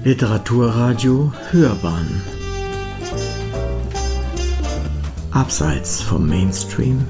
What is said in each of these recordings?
Literaturradio Hörbahn Abseits vom Mainstream.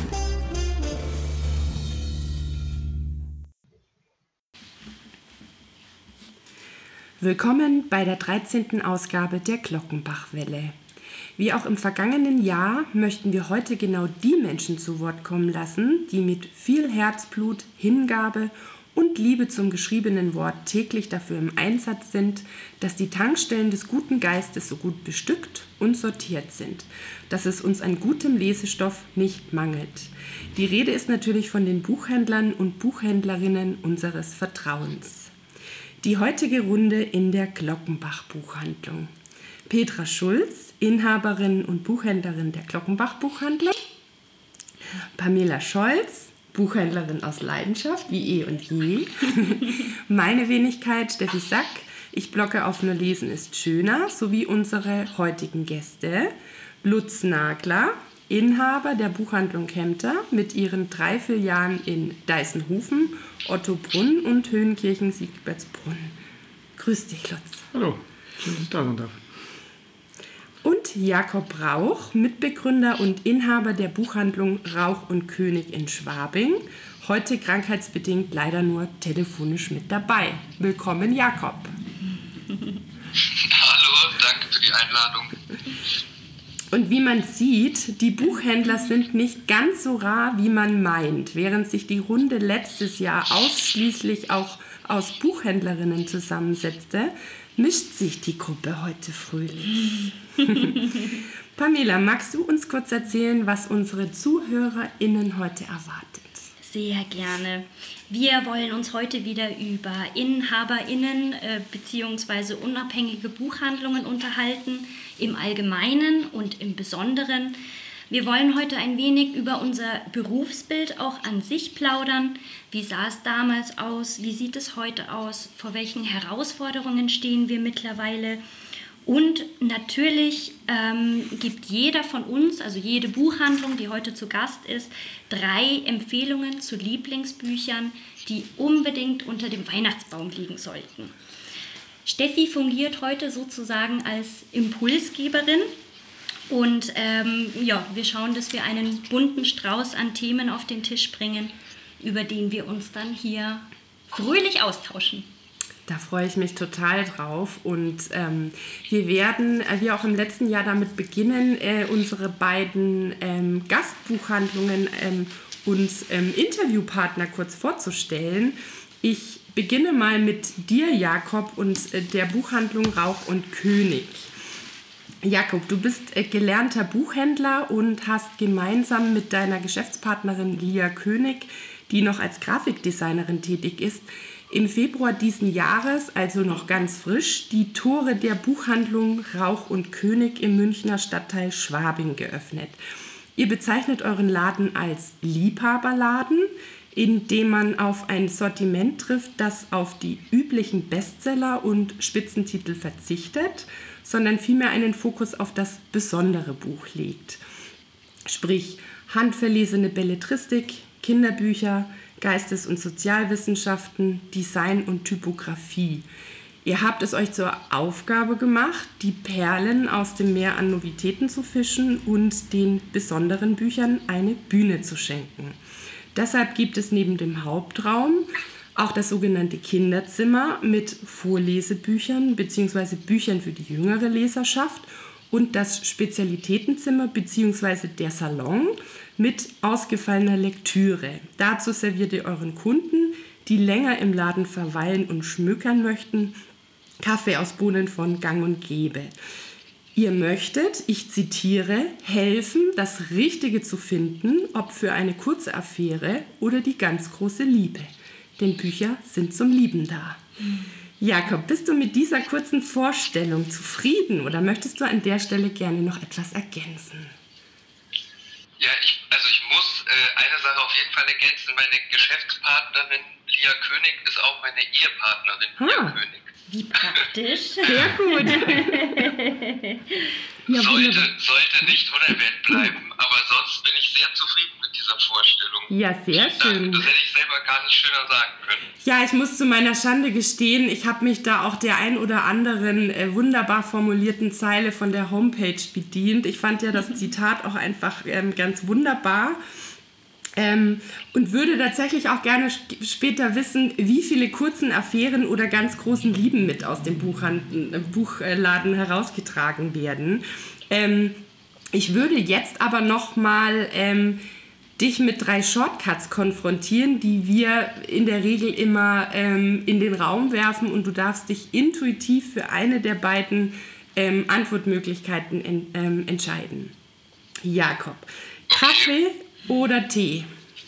Willkommen bei der 13. Ausgabe der Glockenbachwelle. Wie auch im vergangenen Jahr möchten wir heute genau die Menschen zu Wort kommen lassen, die mit viel Herzblut, Hingabe und Liebe zum geschriebenen Wort täglich dafür im Einsatz sind, dass die Tankstellen des guten Geistes so gut bestückt und sortiert sind, dass es uns an gutem Lesestoff nicht mangelt. Die Rede ist natürlich von den Buchhändlern und Buchhändlerinnen unseres Vertrauens. Die heutige Runde in der Glockenbach-Buchhandlung. Petra Schulz, Inhaberin und Buchhändlerin der Glockenbach-Buchhandlung. Pamela Scholz, Buchhändlerin aus Leidenschaft, wie eh und je. Meine Wenigkeit, Steffi Sack. Ich blogge auf Nur Lesen ist schöner, sowie unsere heutigen Gäste. Lutz Nagler, Inhaber der Buchhandlung Kempter mit ihren 3 Filialen in Deißenhofen, Ottobrunn und Höhenkirchen-Siegbertsbrunn. Grüß dich, Lutz. Hallo, schön, dass ich da sein darf. Und Jakob Rauch, Mitbegründer und Inhaber der Buchhandlung Rauch und König in Schwabing. Heute krankheitsbedingt leider nur telefonisch mit dabei. Willkommen, Jakob. Hallo, danke für die Einladung. Und wie man sieht, die Buchhändler sind nicht ganz so rar, wie man meint. Während sich die Runde letztes Jahr ausschließlich auch aus Buchhändlerinnen zusammensetzte, mischt sich die Gruppe heute fröhlich. Pamela, magst du uns kurz erzählen, was unsere ZuhörerInnen heute erwartet? Sehr gerne. Wir wollen uns heute wieder über InhaberInnen bzw. unabhängige Buchhandlungen unterhalten, im Allgemeinen und im Besonderen. Wir wollen heute ein wenig über unser Berufsbild auch an sich plaudern. Wie sah es damals aus? Wie sieht es heute aus? Vor welchen Herausforderungen stehen wir mittlerweile? Und natürlich gibt jeder von uns, also jede Buchhandlung, die heute zu Gast ist, 3 Empfehlungen zu Lieblingsbüchern, die unbedingt unter dem Weihnachtsbaum liegen sollten. Steffi fungiert heute sozusagen als Impulsgeberin. Und wir schauen, dass wir einen bunten Strauß an Themen auf den Tisch bringen, über den wir uns dann hier fröhlich austauschen. Da freue ich mich total drauf und wir werden, wie auch im letzten Jahr, damit beginnen, unsere beiden Gastbuchhandlungen und Interviewpartner kurz vorzustellen. Ich beginne mal mit dir, Jakob, und der Buchhandlung Rauch und König. Jakob, du bist gelernter Buchhändler und hast gemeinsam mit deiner Geschäftspartnerin Lia König, die noch als Grafikdesignerin tätig ist, im Februar diesen Jahres, also noch ganz frisch, die Tore der Buchhandlung Rauch und König im Münchner Stadtteil Schwabing geöffnet. Ihr bezeichnet euren Laden als Liebhaberladen, in dem man auf ein Sortiment trifft, das auf die üblichen Bestseller und Spitzentitel verzichtet, sondern vielmehr einen Fokus auf das besondere Buch legt. Sprich, handverlesene Belletristik, Kinderbücher, Geistes- und Sozialwissenschaften, Design und Typografie. Ihr habt es euch zur Aufgabe gemacht, die Perlen aus dem Meer an Novitäten zu fischen und den besonderen Büchern eine Bühne zu schenken. Deshalb gibt es neben dem Hauptraum auch das sogenannte Kinderzimmer mit Vorlesebüchern bzw. Büchern für die jüngere Leserschaft und das Spezialitätenzimmer bzw. der Salon mit ausgefallener Lektüre. Dazu serviert ihr euren Kunden, die länger im Laden verweilen und schmökern möchten, Kaffee aus Bohnen von Gang und Gäbe. Ihr möchtet, ich zitiere, helfen, das Richtige zu finden, ob für eine kurze Affäre oder die ganz große Liebe. Denn Bücher sind zum Lieben da. Jakob, bist du mit dieser kurzen Vorstellung zufrieden oder möchtest du an der Stelle gerne noch etwas ergänzen? Ja, ich muss eine Sache auf jeden Fall ergänzen. Meine Geschäftspartnerin Lia König ist auch meine Ehepartnerin Lia König. Wie praktisch. Sehr gut. Ja, sollte nicht unerwähnt bleiben, aber sonst bin ich sehr zufrieden mit dieser Vorstellung. Ja, sehr schön. Das hätte ich selber gar nicht schöner sagen können. Ja, ich muss zu meiner Schande gestehen, ich habe mich da auch der ein oder anderen wunderbar formulierten Zeile von der Homepage bedient. Ich fand ja das Zitat auch einfach ganz wunderbar. Und würde tatsächlich auch gerne später wissen, wie viele kurzen Affären oder ganz großen Lieben mit aus dem Buchladen herausgetragen werden. Ich würde jetzt aber nochmal dich mit 3 Shortcuts konfrontieren, die wir in der Regel immer in den Raum werfen, und du darfst dich intuitiv für eine der beiden Antwortmöglichkeiten entscheiden. Jakob, Kaffee oder Tee?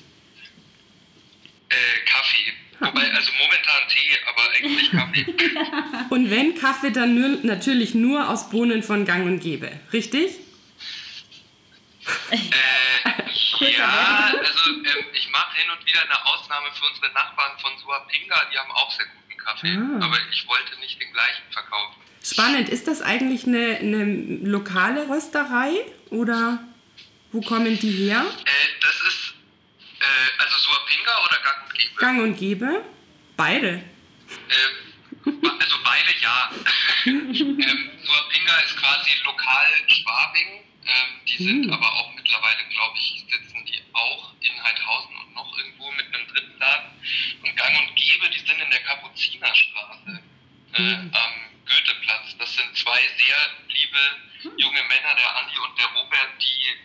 Kaffee. Wobei, also momentan Tee, aber eigentlich Kaffee. Und wenn Kaffee, dann natürlich nur aus Bohnen von Gang und Gäbe, richtig? Ja, also ich mache hin und wieder eine Ausnahme für unsere Nachbarn von Suapinga, die haben auch sehr guten Kaffee, aber ich wollte nicht den gleichen verkaufen. Spannend, ist das eigentlich eine lokale Rösterei oder wo kommen die her? Das ist, also Suapinga oder Gang und Gäbe? Gang und Gäbe? Beide. Also beide ja. Suapinga ist quasi lokal Schwabing. Die sind aber auch mittlerweile, glaube ich, sitzen die auch in Heidhausen und noch irgendwo mit einem dritten Laden. Und Gang und Gäbe, die sind in der Kapuzinerstraße am Goetheplatz. Das sind 2 sehr liebe junge Männer, der Andi und der Robert, die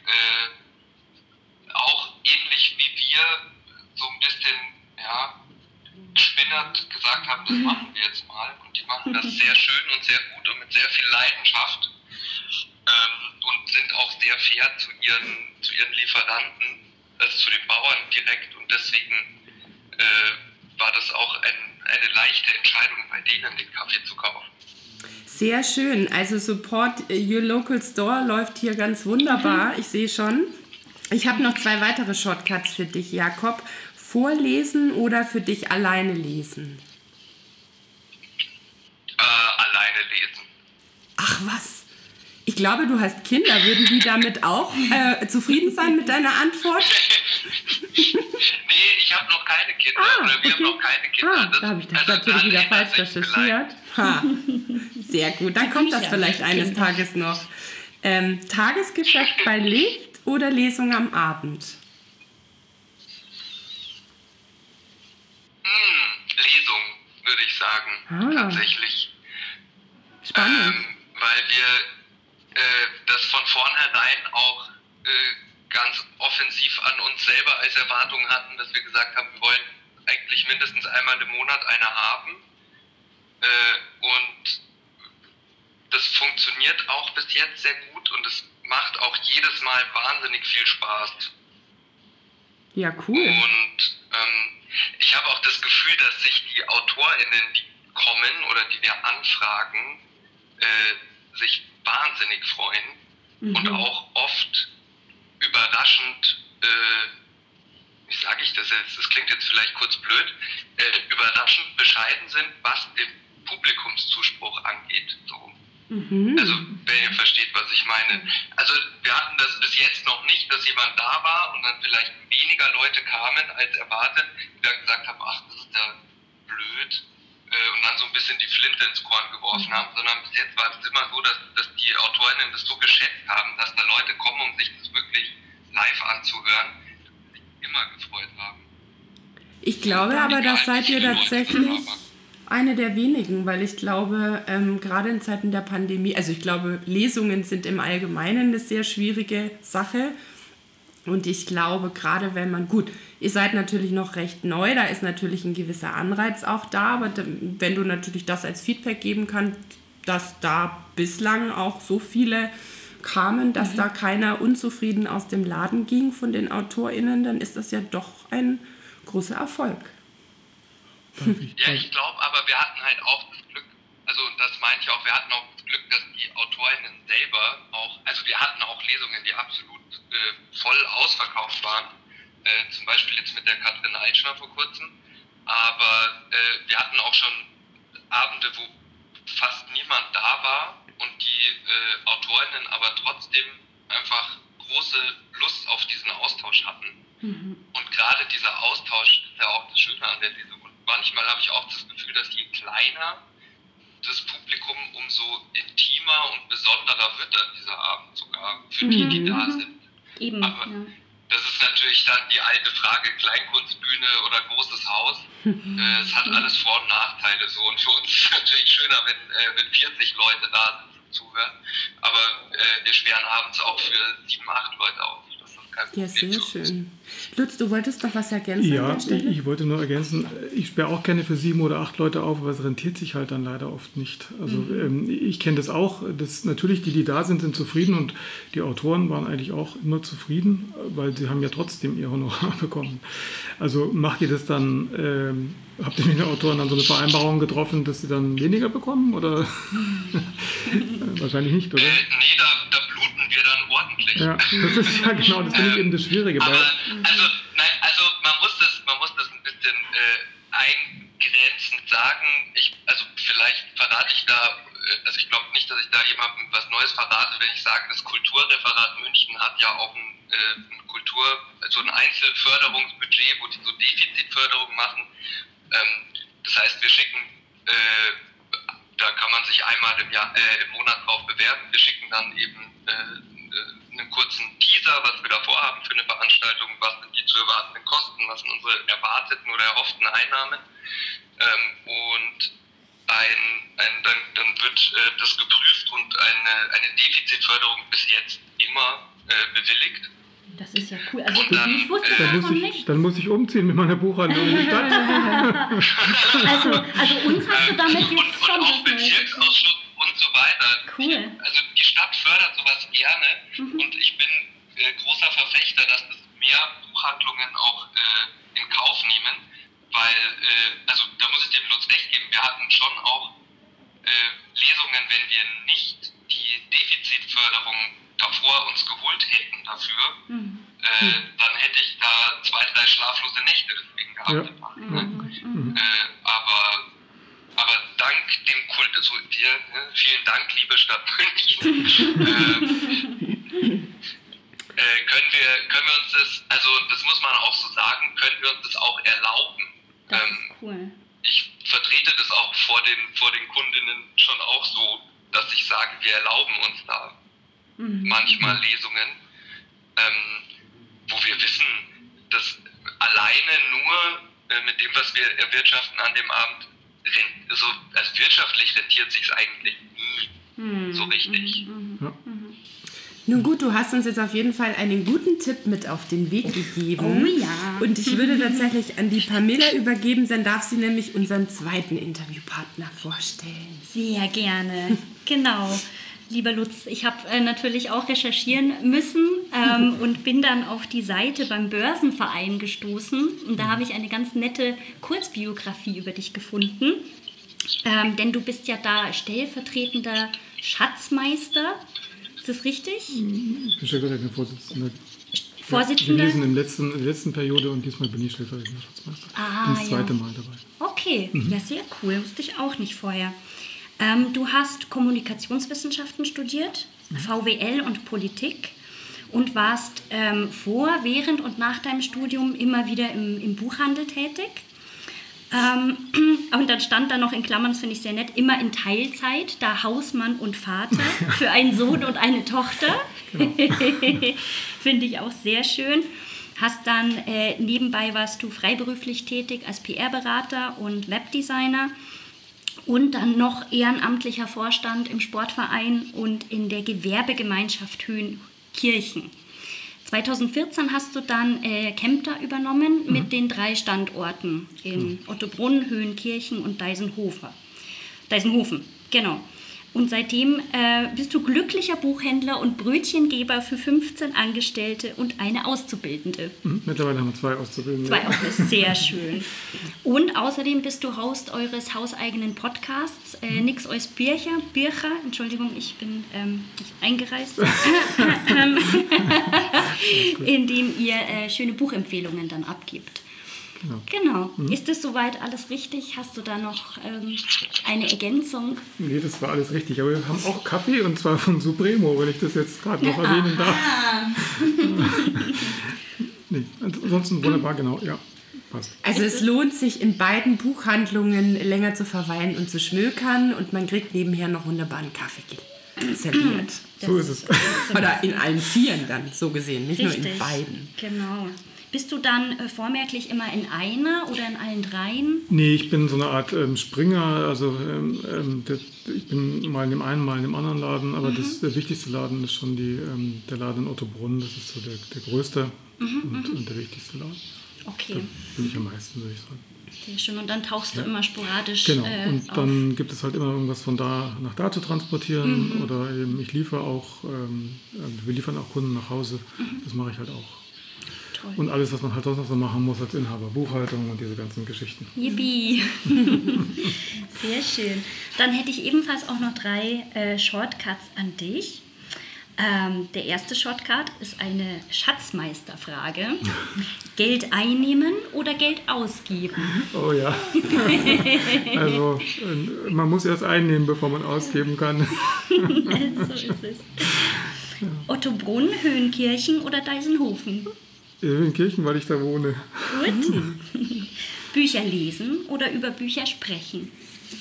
auch ähnlich wie wir so ein bisschen, ja, spinnert gesagt haben, das machen wir jetzt mal. Und die machen das sehr schön und sehr gut und mit sehr viel Leidenschaft. Und sind auch sehr fair zu ihren Lieferanten, also zu den Bauern direkt. Und deswegen war das auch eine leichte Entscheidung, bei denen den Kaffee zu kaufen. Sehr schön. Also Support Your Local Store läuft hier ganz wunderbar. Ich sehe schon. Ich habe noch 2 weitere Shortcuts für dich, Jakob. Vorlesen oder für dich alleine lesen? Alleine lesen. Ach was. Ich glaube, du hast Kinder. Würden die damit auch zufrieden sein mit deiner Antwort? Nee, ich habe noch keine Kinder. Wir haben noch keine Kinder. Da habe ich das natürlich wieder falsch recherchiert. Sehr gut, dann kommt das vielleicht eines Tages noch. Tagesgeschäft bei Licht oder Lesung am Abend? Lesung, würde ich sagen, tatsächlich. Spannend. Weil wir das von vornherein auch ganz offensiv an uns selber als Erwartung hatten, dass wir gesagt haben, wir wollen eigentlich mindestens einmal im Monat eine haben. Und das funktioniert auch bis jetzt sehr gut und es macht auch jedes Mal wahnsinnig viel Spaß. Ja, cool. Und ich habe auch das Gefühl, dass sich die AutorInnen, die kommen oder die wir anfragen, sich wahnsinnig freuen und auch oft überraschend, wie sage ich das jetzt, das klingt jetzt vielleicht kurz blöd, überraschend bescheiden sind, was den Publikumszuspruch angeht. So. Also, wenn ihr versteht, was ich meine. Also, wir hatten das bis jetzt noch nicht, dass jemand da war und dann vielleicht weniger Leute kamen als erwartet, die dann gesagt haben, ach, das ist ja blöd, und dann so ein bisschen die Flinte ins Korn geworfen haben, sondern bis jetzt war es immer so, dass die AutorInnen das so geschätzt haben, dass da Leute kommen, um sich das wirklich live anzuhören, sich immer gefreut haben. Ich glaube aber, das seid ihr tatsächlich eine der wenigen, weil ich glaube, gerade in Zeiten der Pandemie, also ich glaube, Lesungen sind im Allgemeinen eine sehr schwierige Sache. Und ich glaube, gerade wenn man, gut, ihr seid natürlich noch recht neu, da ist natürlich ein gewisser Anreiz auch da, aber wenn du natürlich das als Feedback geben kannst, dass da bislang auch so viele kamen, dass da keiner unzufrieden aus dem Laden ging von den AutorInnen, dann ist das ja doch ein großer Erfolg. Ja, ich glaube, aber wir hatten halt auch das Glück, also das meinte ich auch, wir hatten auch das Glück, dass die AutorInnen selber auch, also wir hatten auch Lesungen, die absolut voll ausverkauft waren, zum Beispiel jetzt mit der Katrin Eitschner vor kurzem, aber wir hatten auch schon Abende, wo fast niemand da war und die AutorInnen aber trotzdem einfach große Lust auf diesen Austausch hatten. Und gerade dieser Austausch ist ja auch das Schöne an der Lesung. Und manchmal habe ich auch das Gefühl, dass je kleiner das Publikum, umso intimer und besonderer wird dann dieser Abend sogar für die da sind. Eben, Aber das ist natürlich dann die alte Frage, Kleinkunstbühne oder großes Haus. Es hat alles Vor- und Nachteile so. Und für uns ist es natürlich schöner, wenn 40 Leute da sind zum Zuhören. Aber wir sperren abends auch für 7, 8 Leute auf. Das ist kein Problem. Ja, sehr schön. Lutz, du wolltest doch was ergänzen Ja, an der Stelle? ich wollte nur ergänzen, ich sperre auch gerne für 7 oder 8 Leute auf, aber es rentiert sich halt dann leider oft nicht. Also ich kenne das auch, dass natürlich die da sind zufrieden und die Autoren waren eigentlich auch immer zufrieden, weil sie haben ja trotzdem ihr Honorar bekommen. Also macht ihr das dann, habt ihr mit den Autoren dann so eine Vereinbarung getroffen, dass sie dann weniger bekommen oder? Wahrscheinlich nicht, oder? Nee, da bluten wir dann ordentlich. Ja, das ist ja genau, das finde ich eben das Schwierige. Aber also man muss das ein bisschen eingrenzend sagen. Vielleicht verrate ich da, ich glaube nicht, dass ich da jemandem was Neues verrate, wenn ich sage, das Kulturreferat München hat ja auch so ein Einzelförderungsbudget, wo die so Defizitförderung machen. Das heißt, wir schicken, da kann man sich einmal im Monat drauf bewerben. Wir schicken dann eben einen kurzen Teaser, was wir da vorhaben für eine Veranstaltung, was sind die zu erwartenden Kosten, was sind unsere erwarteten oder erhofften Einnahmen. Und dann wird das geprüft und eine Defizitförderung bis jetzt immer bewilligt. Das ist ja cool. Also Und dann, ich wusste davon nicht. Dann muss ich umziehen mit meiner Buchhandlung in die Stadt. Also uns hast du damit jetzt und schon auch was Neues. Bezirksausschuss und so weiter. Cool. Also die Stadt fördert sowas gerne und ich bin großer Verfechter, dass das mehr Buchhandlungen auch in Kauf nehmen, weil, da muss ich dem Lutz recht geben, wir hatten schon auch Lesungen, wenn wir nicht die Defizitförderung davor uns geholt hätten dafür, dann hätte ich da 2, 3 schlaflose Nächte deswegen gehabt. Aber dank dem Kult, also dir, vielen Dank, liebe Stadt München, können wir uns das, also das muss man auch so sagen, können wir uns das auch erlauben. Das ist cool. Ich vertrete das auch vor den Kundinnen schon auch so, dass ich sage, wir erlauben uns da manchmal Lesungen, wo wir wissen, dass alleine nur mit dem, was wir erwirtschaften an dem Abend, also wirtschaftlich rentiert sich es eigentlich nie so richtig. Nun gut, du hast uns jetzt auf jeden Fall einen guten Tipp mit auf den Weg gegeben. Oh ja. Und ich würde tatsächlich an die Pamela übergeben, dann darf sie nämlich unseren zweiten Interviewpartner vorstellen. Sehr gerne. Genau. Lieber Lutz, ich habe natürlich auch recherchieren müssen und bin dann auf die Seite beim Börsenverein gestoßen. Und da habe ich eine ganz nette Kurzbiografie über dich gefunden. Denn du bist ja da stellvertretender Schatzmeister. Ist das richtig? Ich bin stellvertretender Vorsitzender. Vorsitzender? Gewesen in der letzten Periode und diesmal bin ich stellvertretender Schatzmeister. Bin das zweite Mal dabei. Okay, ja, sehr cool. Wusste ich auch nicht vorher. Du hast Kommunikationswissenschaften studiert, VWL und Politik und warst vor, während und nach deinem Studium immer wieder im Buchhandel tätig. Und dann stand da noch in Klammern, das finde ich sehr nett, immer in Teilzeit, da Hausmann und Vater für einen Sohn und eine Tochter. Genau. Finde ich auch sehr schön. Hast dann nebenbei warst du freiberuflich tätig als PR-Berater und Webdesigner und dann noch ehrenamtlicher Vorstand im Sportverein und in der Gewerbegemeinschaft Höhenkirchen. 2014 hast du dann Kempter übernommen mit den 3 Standorten in Ottobrunn, Höhenkirchen und Deisenhofen. Genau. Und seitdem bist du glücklicher Buchhändler und Brötchengeber für 15 Angestellte und eine Auszubildende. Mittlerweile haben wir 2 Auszubildende. 2 Auszubildende, sehr schön. Und außerdem bist du Host eures hauseigenen Podcasts, Nix Eus Bircher, Entschuldigung, ich bin nicht eingereist, in dem ihr schöne Buchempfehlungen dann abgibt. Genau. Ist das soweit alles richtig? Hast du da noch eine Ergänzung? Nee, das war alles richtig. Aber wir haben auch Kaffee und zwar von Supremo, wenn ich das jetzt gerade noch erwähnen darf. Nee, ansonsten wunderbar, genau, ja, passt. Also es lohnt sich in beiden Buchhandlungen länger zu verweilen und zu schmökern und man kriegt nebenher noch wunderbaren Kaffee serviert. So ist es. Oder in allen vieren dann, so gesehen, nicht nur in beiden. Genau. Bist du dann vormerklich immer in einer oder in allen dreien? Nee, ich bin so eine Art Springer, also ich bin mal in dem einen, mal in dem anderen Laden, aber der wichtigste Laden ist schon der Laden in Ottobrunn, das ist so der größte und der wichtigste Laden. Okay. Da bin ich am meisten, würde ich sagen. Sehr schön. Und dann tauchst du immer sporadisch Genau, und auf. dann gibt es halt immer irgendwas von da nach da zu transportieren oder eben ich liefere auch, wir liefern auch Kunden nach Hause, das mache ich halt auch. Toll. Und alles, was man halt sonst noch so machen muss als Inhaber, Buchhaltung und diese ganzen Geschichten. Yippie! Sehr schön. Dann hätte ich ebenfalls auch noch 3 Shortcuts an dich. Der erste Shortcut ist eine Schatzmeisterfrage. Geld einnehmen oder Geld ausgeben? Oh ja. Also man muss erst einnehmen, bevor man ausgeben kann. So ist es. Ottobrunn, Höhenkirchen oder Deisenhofen? In Kirchen, weil ich da wohne. Gut. Bücher lesen oder über Bücher sprechen?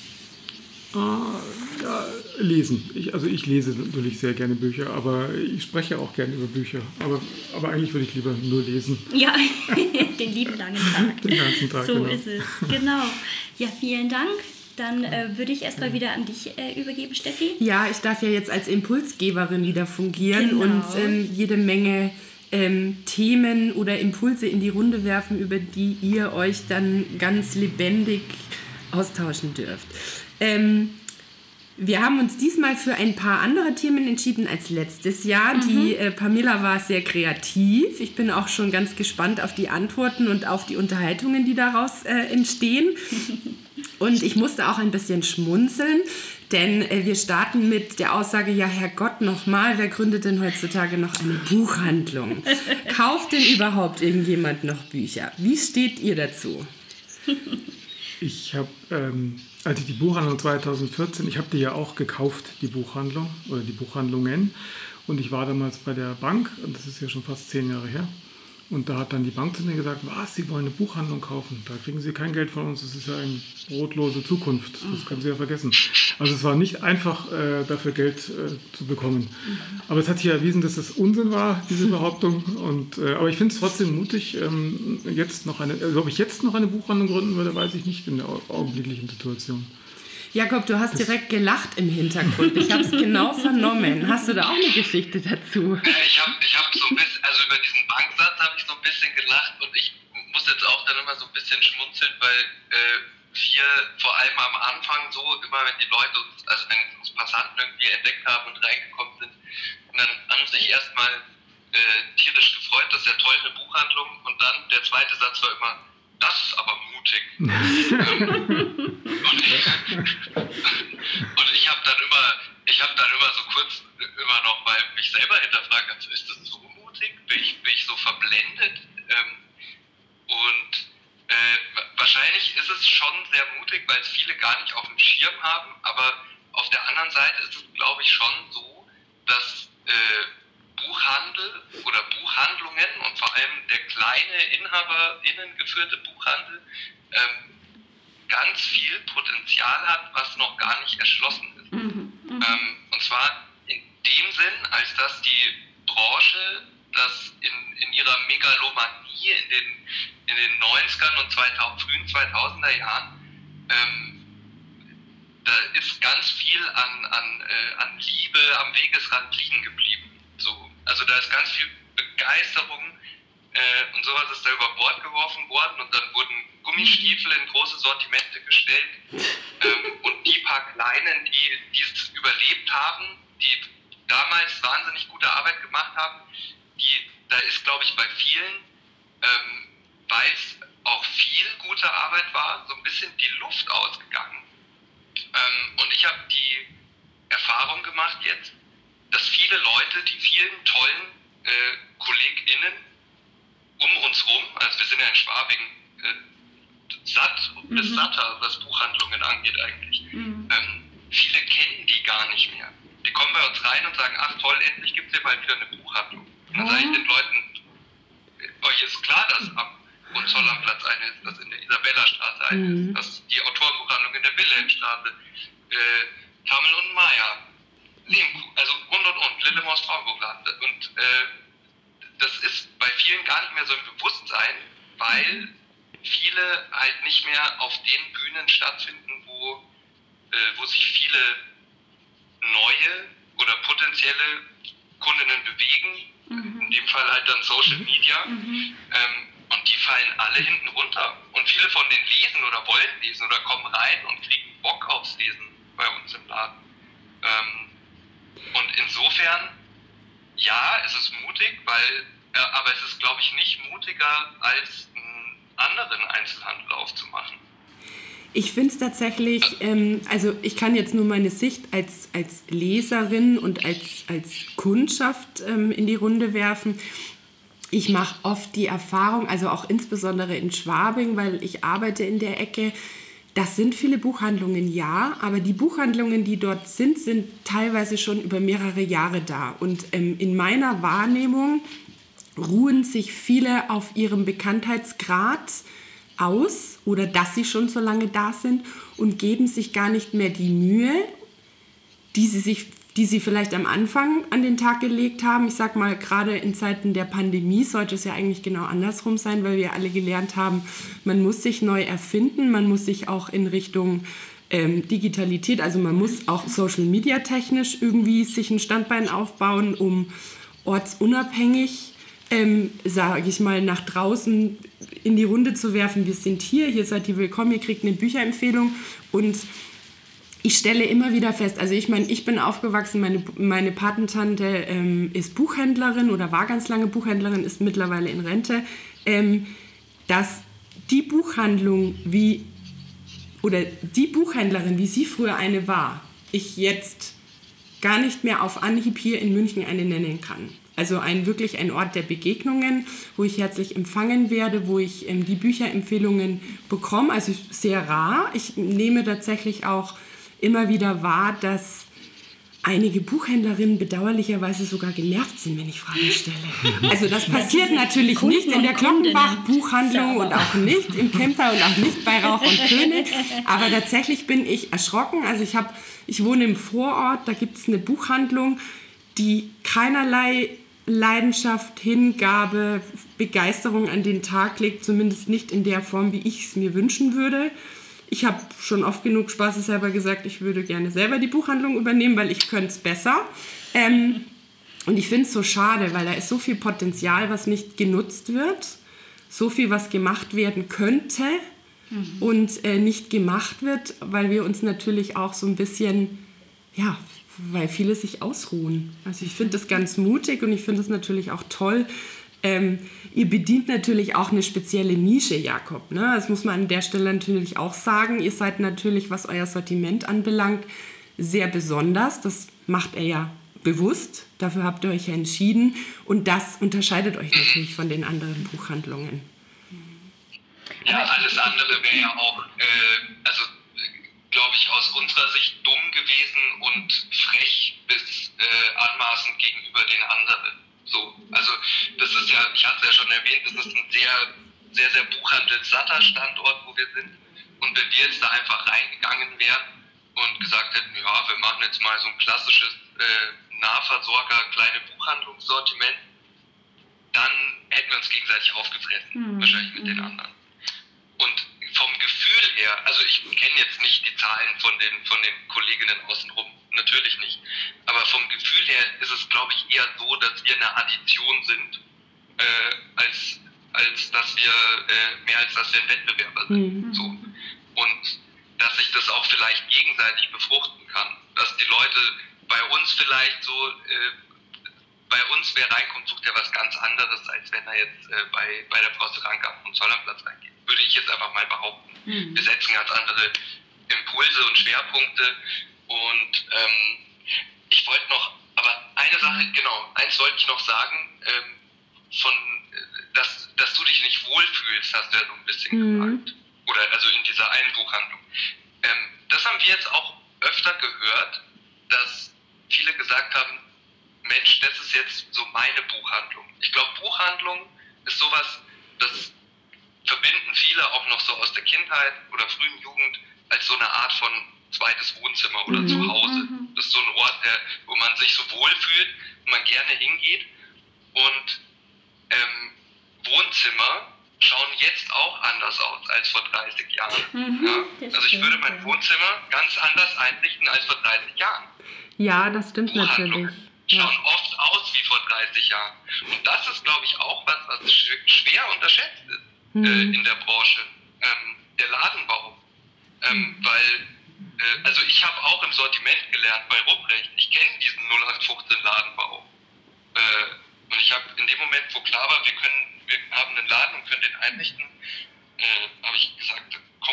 Ja, lesen. Ich lese natürlich sehr gerne Bücher, aber ich spreche auch gerne über Bücher. Aber eigentlich würde ich lieber nur lesen. Ja, den lieben langen Tag. Den ganzen Tag, so genau. ist es. Genau. Ja, vielen Dank. Dann würde ich erstmal wieder an dich übergeben, Steffi. Ja, ich darf ja jetzt als Impulsgeberin wieder fungieren Genau. und jede Menge Themen oder Impulse in die Runde werfen, über die ihr euch dann ganz lebendig austauschen dürft. Wir haben uns diesmal für ein paar andere Themen entschieden als letztes Jahr. Die Pamela war sehr kreativ. Ich bin auch schon ganz gespannt auf die Antworten und auf die Unterhaltungen, die daraus entstehen. Und ich musste auch ein bisschen schmunzeln, denn wir starten mit der Aussage, ja Herrgott, nochmal, wer gründet denn heutzutage noch eine Buchhandlung? Kauft denn überhaupt irgendjemand noch Bücher? Wie steht ihr dazu? Ich habe, als ich die Buchhandlung 2014, ich habe die ja auch gekauft, die Buchhandlung oder die Buchhandlungen. Und ich war damals bei der Bank, und das ist ja schon fast 10 Jahre her. Und da hat dann die Bank zu mir gesagt, was, Sie wollen eine Buchhandlung kaufen? Da kriegen Sie kein Geld von uns, das ist ja eine brotlose Zukunft, das können Sie ja vergessen. Also es war nicht einfach, dafür Geld zu bekommen. Aber es hat sich ja erwiesen, dass das Unsinn war, diese Behauptung. Aber ich finde es trotzdem mutig, ob ich jetzt noch eine Buchhandlung gründen würde, weiß ich nicht in der augenblicklichen Situation. Jakob, du hast direkt gelacht im Hintergrund. Ich habe es genau vernommen. Hast du da auch eine Geschichte dazu? Ich hab so ein bisschen, also über diesen Banksatz habe ich so ein bisschen gelacht und ich muss jetzt auch dann immer so ein bisschen schmunzeln, weil wir vor allem am Anfang so immer, wenn die Leute uns, also wenn uns Passanten irgendwie entdeckt haben und reingekommen sind, und dann haben sich erstmal tierisch gefreut, das ist ja toll, eine Buchhandlung, und dann der zweite Satz war immer, das ist aber mutig. Und ich habe dann immer so kurz immer noch mal mich selber hinterfragt, also ist das so mutig? Bin ich so verblendet? Wahrscheinlich ist es schon sehr mutig, weil es viele gar nicht auf dem Schirm haben, aber auf der anderen Seite ist es, glaube ich, schon so, dass Buchhandel oder Buchhandlungen und vor allem der kleine InhaberInnen geführte Buchhandel ganz viel Potenzial hat, was noch gar nicht erschlossen ist. Und zwar in dem Sinn, als dass die Branche das in ihrer Megalomanie in den 90ern und frühen 2000er Jahren, da ist ganz viel an Liebe am Wegesrand liegen geblieben. So, also da ist ganz viel Begeisterung und sowas ist da über Bord geworfen worden und dann wurden Gummistiefel in große Sortimente gestellt und die paar Kleinen, die es überlebt haben, die damals wahnsinnig gute Arbeit gemacht haben, da ist, glaube ich, bei vielen, weil es auch viel gute Arbeit war, so ein bisschen die Luft ausgegangen. Und ich habe die Erfahrung gemacht jetzt, dass viele Leute, die vielen tollen KollegInnen um uns rum, also wir sind ja in Schwabing bis satter, was Buchhandlungen angeht eigentlich, viele kennen die gar nicht mehr. Die kommen bei uns rein und sagen, ach toll, endlich gibt es hier mal wieder eine Buchhandlung. Und dann sage ich den Leuten, euch euch ist klar, dass am Hohenzollernplatz eine ist, dass in der Isabellastraße eine ist, dass die Autorenbuchhandlung in der Wilhelmstraße, Kammel und Mayer, also und, Lillemors Frauenbuchladen. Und das ist bei vielen gar nicht mehr so im Bewusstsein, weil viele halt nicht mehr auf den Bühnen stattfinden, wo sich viele neue oder potenzielle Kundinnen bewegen, in dem Fall halt dann Social Media, und die fallen alle hinten runter. Und viele von denen lesen oder wollen lesen oder kommen rein und kriegen Bock aufs Lesen bei uns im Laden. Und insofern, ja, es ist mutig, aber es ist, glaube ich, nicht mutiger, als einen anderen Einzelhandel aufzumachen. Ich finde es tatsächlich, also ich kann jetzt nur meine Sicht als Leserin und als Kundschaft in die Runde werfen. Ich mache oft die Erfahrung, also auch insbesondere in Schwabing, weil ich arbeite in der Ecke, das sind viele Buchhandlungen, ja, aber die Buchhandlungen, die dort sind teilweise schon über mehrere Jahre da. Und in meiner Wahrnehmung ruhen sich viele auf ihrem Bekanntheitsgrad aus oder dass sie schon so lange da sind und geben sich gar nicht mehr die Mühe, die sie vielleicht am Anfang an den Tag gelegt haben. Ich sag mal, gerade in Zeiten der Pandemie sollte es ja eigentlich genau andersrum sein, weil wir alle gelernt haben, man muss sich neu erfinden, man muss sich auch in Richtung Digitalität, also man muss auch Social Media technisch irgendwie sich ein Standbein aufbauen, um ortsunabhängig, sage ich mal, nach draußen in die Runde zu werfen. Wir sind hier seid ihr willkommen, ihr kriegt eine Bücherempfehlung. Und ich stelle immer wieder fest, also ich meine, ich bin aufgewachsen, meine Patentante ist Buchhändlerin oder war ganz lange Buchhändlerin, ist mittlerweile in Rente, dass die Buchhandlung die Buchhändlerin, wie sie früher eine war, ich jetzt gar nicht mehr auf Anhieb hier in München eine nennen kann. Also wirklich ein Ort der Begegnungen, wo ich herzlich empfangen werde, wo ich die Bücherempfehlungen bekomme. Also sehr rar. Ich nehme tatsächlich auch immer wieder wahr, dass einige Buchhändlerinnen bedauerlicherweise sogar genervt sind, wenn ich Fragen stelle. Also das passiert natürlich nicht in der Glockenbach-Buchhandlung und auch nicht im Kempter und auch nicht bei Rauch und König. Aber tatsächlich bin ich erschrocken. Also ich wohne im Vorort, da gibt es eine Buchhandlung, die keinerlei Leidenschaft, Hingabe, Begeisterung an den Tag legt, zumindest nicht in der Form, wie ich es mir wünschen würde. Ich habe schon oft genug spaßeshalber gesagt, ich würde gerne selber die Buchhandlung übernehmen, weil ich könnte es besser. Und ich finde es so schade, weil da ist so viel Potenzial, was nicht genutzt wird, so viel, was gemacht werden könnte und nicht gemacht wird, weil wir uns natürlich auch so ein bisschen, ja, weil viele sich ausruhen. Also ich finde das ganz mutig und ich finde es natürlich auch toll. Ihr bedient natürlich auch eine spezielle Nische, Jakob. Ne? Das muss man an der Stelle natürlich auch sagen. Ihr seid natürlich, was euer Sortiment anbelangt, sehr besonders. Das macht er ja bewusst. Dafür habt ihr euch ja entschieden. Und das unterscheidet euch natürlich von den anderen Buchhandlungen. Ja, alles andere wäre ja auch, glaube ich, aus unserer Sicht dumm gewesen und frech bis anmaßend gegenüber den anderen. So, also das ist ja, ich hatte es ja schon erwähnt, das ist ein sehr, sehr, sehr buchhandelssatter Standort, wo wir sind. Und wenn wir jetzt da einfach reingegangen wären und gesagt hätten, ja, wir machen jetzt mal so ein klassisches Nahversorger, kleine Buchhandlungssortiment, dann hätten wir uns gegenseitig aufgefressen, wahrscheinlich mit den anderen. Und vom Gefühl her, also ich kenne jetzt nicht die Zahlen von den Kolleginnen außenrum, natürlich nicht. Aber vom Gefühl her ist es, glaube ich, eher so, dass wir eine Addition sind, als dass wir mehr als dass wir ein Wettbewerber sind. So. Und dass sich das auch vielleicht gegenseitig befruchten kann. Dass die Leute bei uns vielleicht so, bei uns, wer reinkommt, sucht ja was ganz anderes, als wenn er jetzt bei der Frau Seranka am Zollernplatz reingeht. Würde ich jetzt einfach mal behaupten. Wir setzen ganz andere Impulse und Schwerpunkte. Und ich wollte noch, aber eine Sache, genau, eins wollte ich noch sagen, dass du dich nicht wohlfühlst, hast du ja so ein bisschen gesagt. Oder also in dieser einen Buchhandlung. Das haben wir jetzt auch öfter gehört, dass viele gesagt haben, Mensch, das ist jetzt so meine Buchhandlung. Ich glaube, Buchhandlung ist sowas, das verbinden viele auch noch so aus der Kindheit oder frühen Jugend als so eine Art von zweites Wohnzimmer oder Zuhause. Das ist so ein Ort, wo man sich so wohlfühlt und man gerne hingeht. Und Wohnzimmer schauen jetzt auch anders aus als vor 30 Jahren. Ja? Also ich würde mein Wohnzimmer ganz anders einrichten als vor 30 Jahren. Ja, das stimmt natürlich. Schauen oft aus wie vor 30 Jahren. Und das ist, glaube ich, auch was schwer unterschätzt ist in der Branche. Der Ladenbau. Weil, also ich habe auch im Sortiment gelernt bei Rupprecht. Ich kenne diesen 0815 Ladenbau. Und ich habe in dem Moment, wo klar war, wir haben einen Laden und können den einrichten, habe ich gesagt,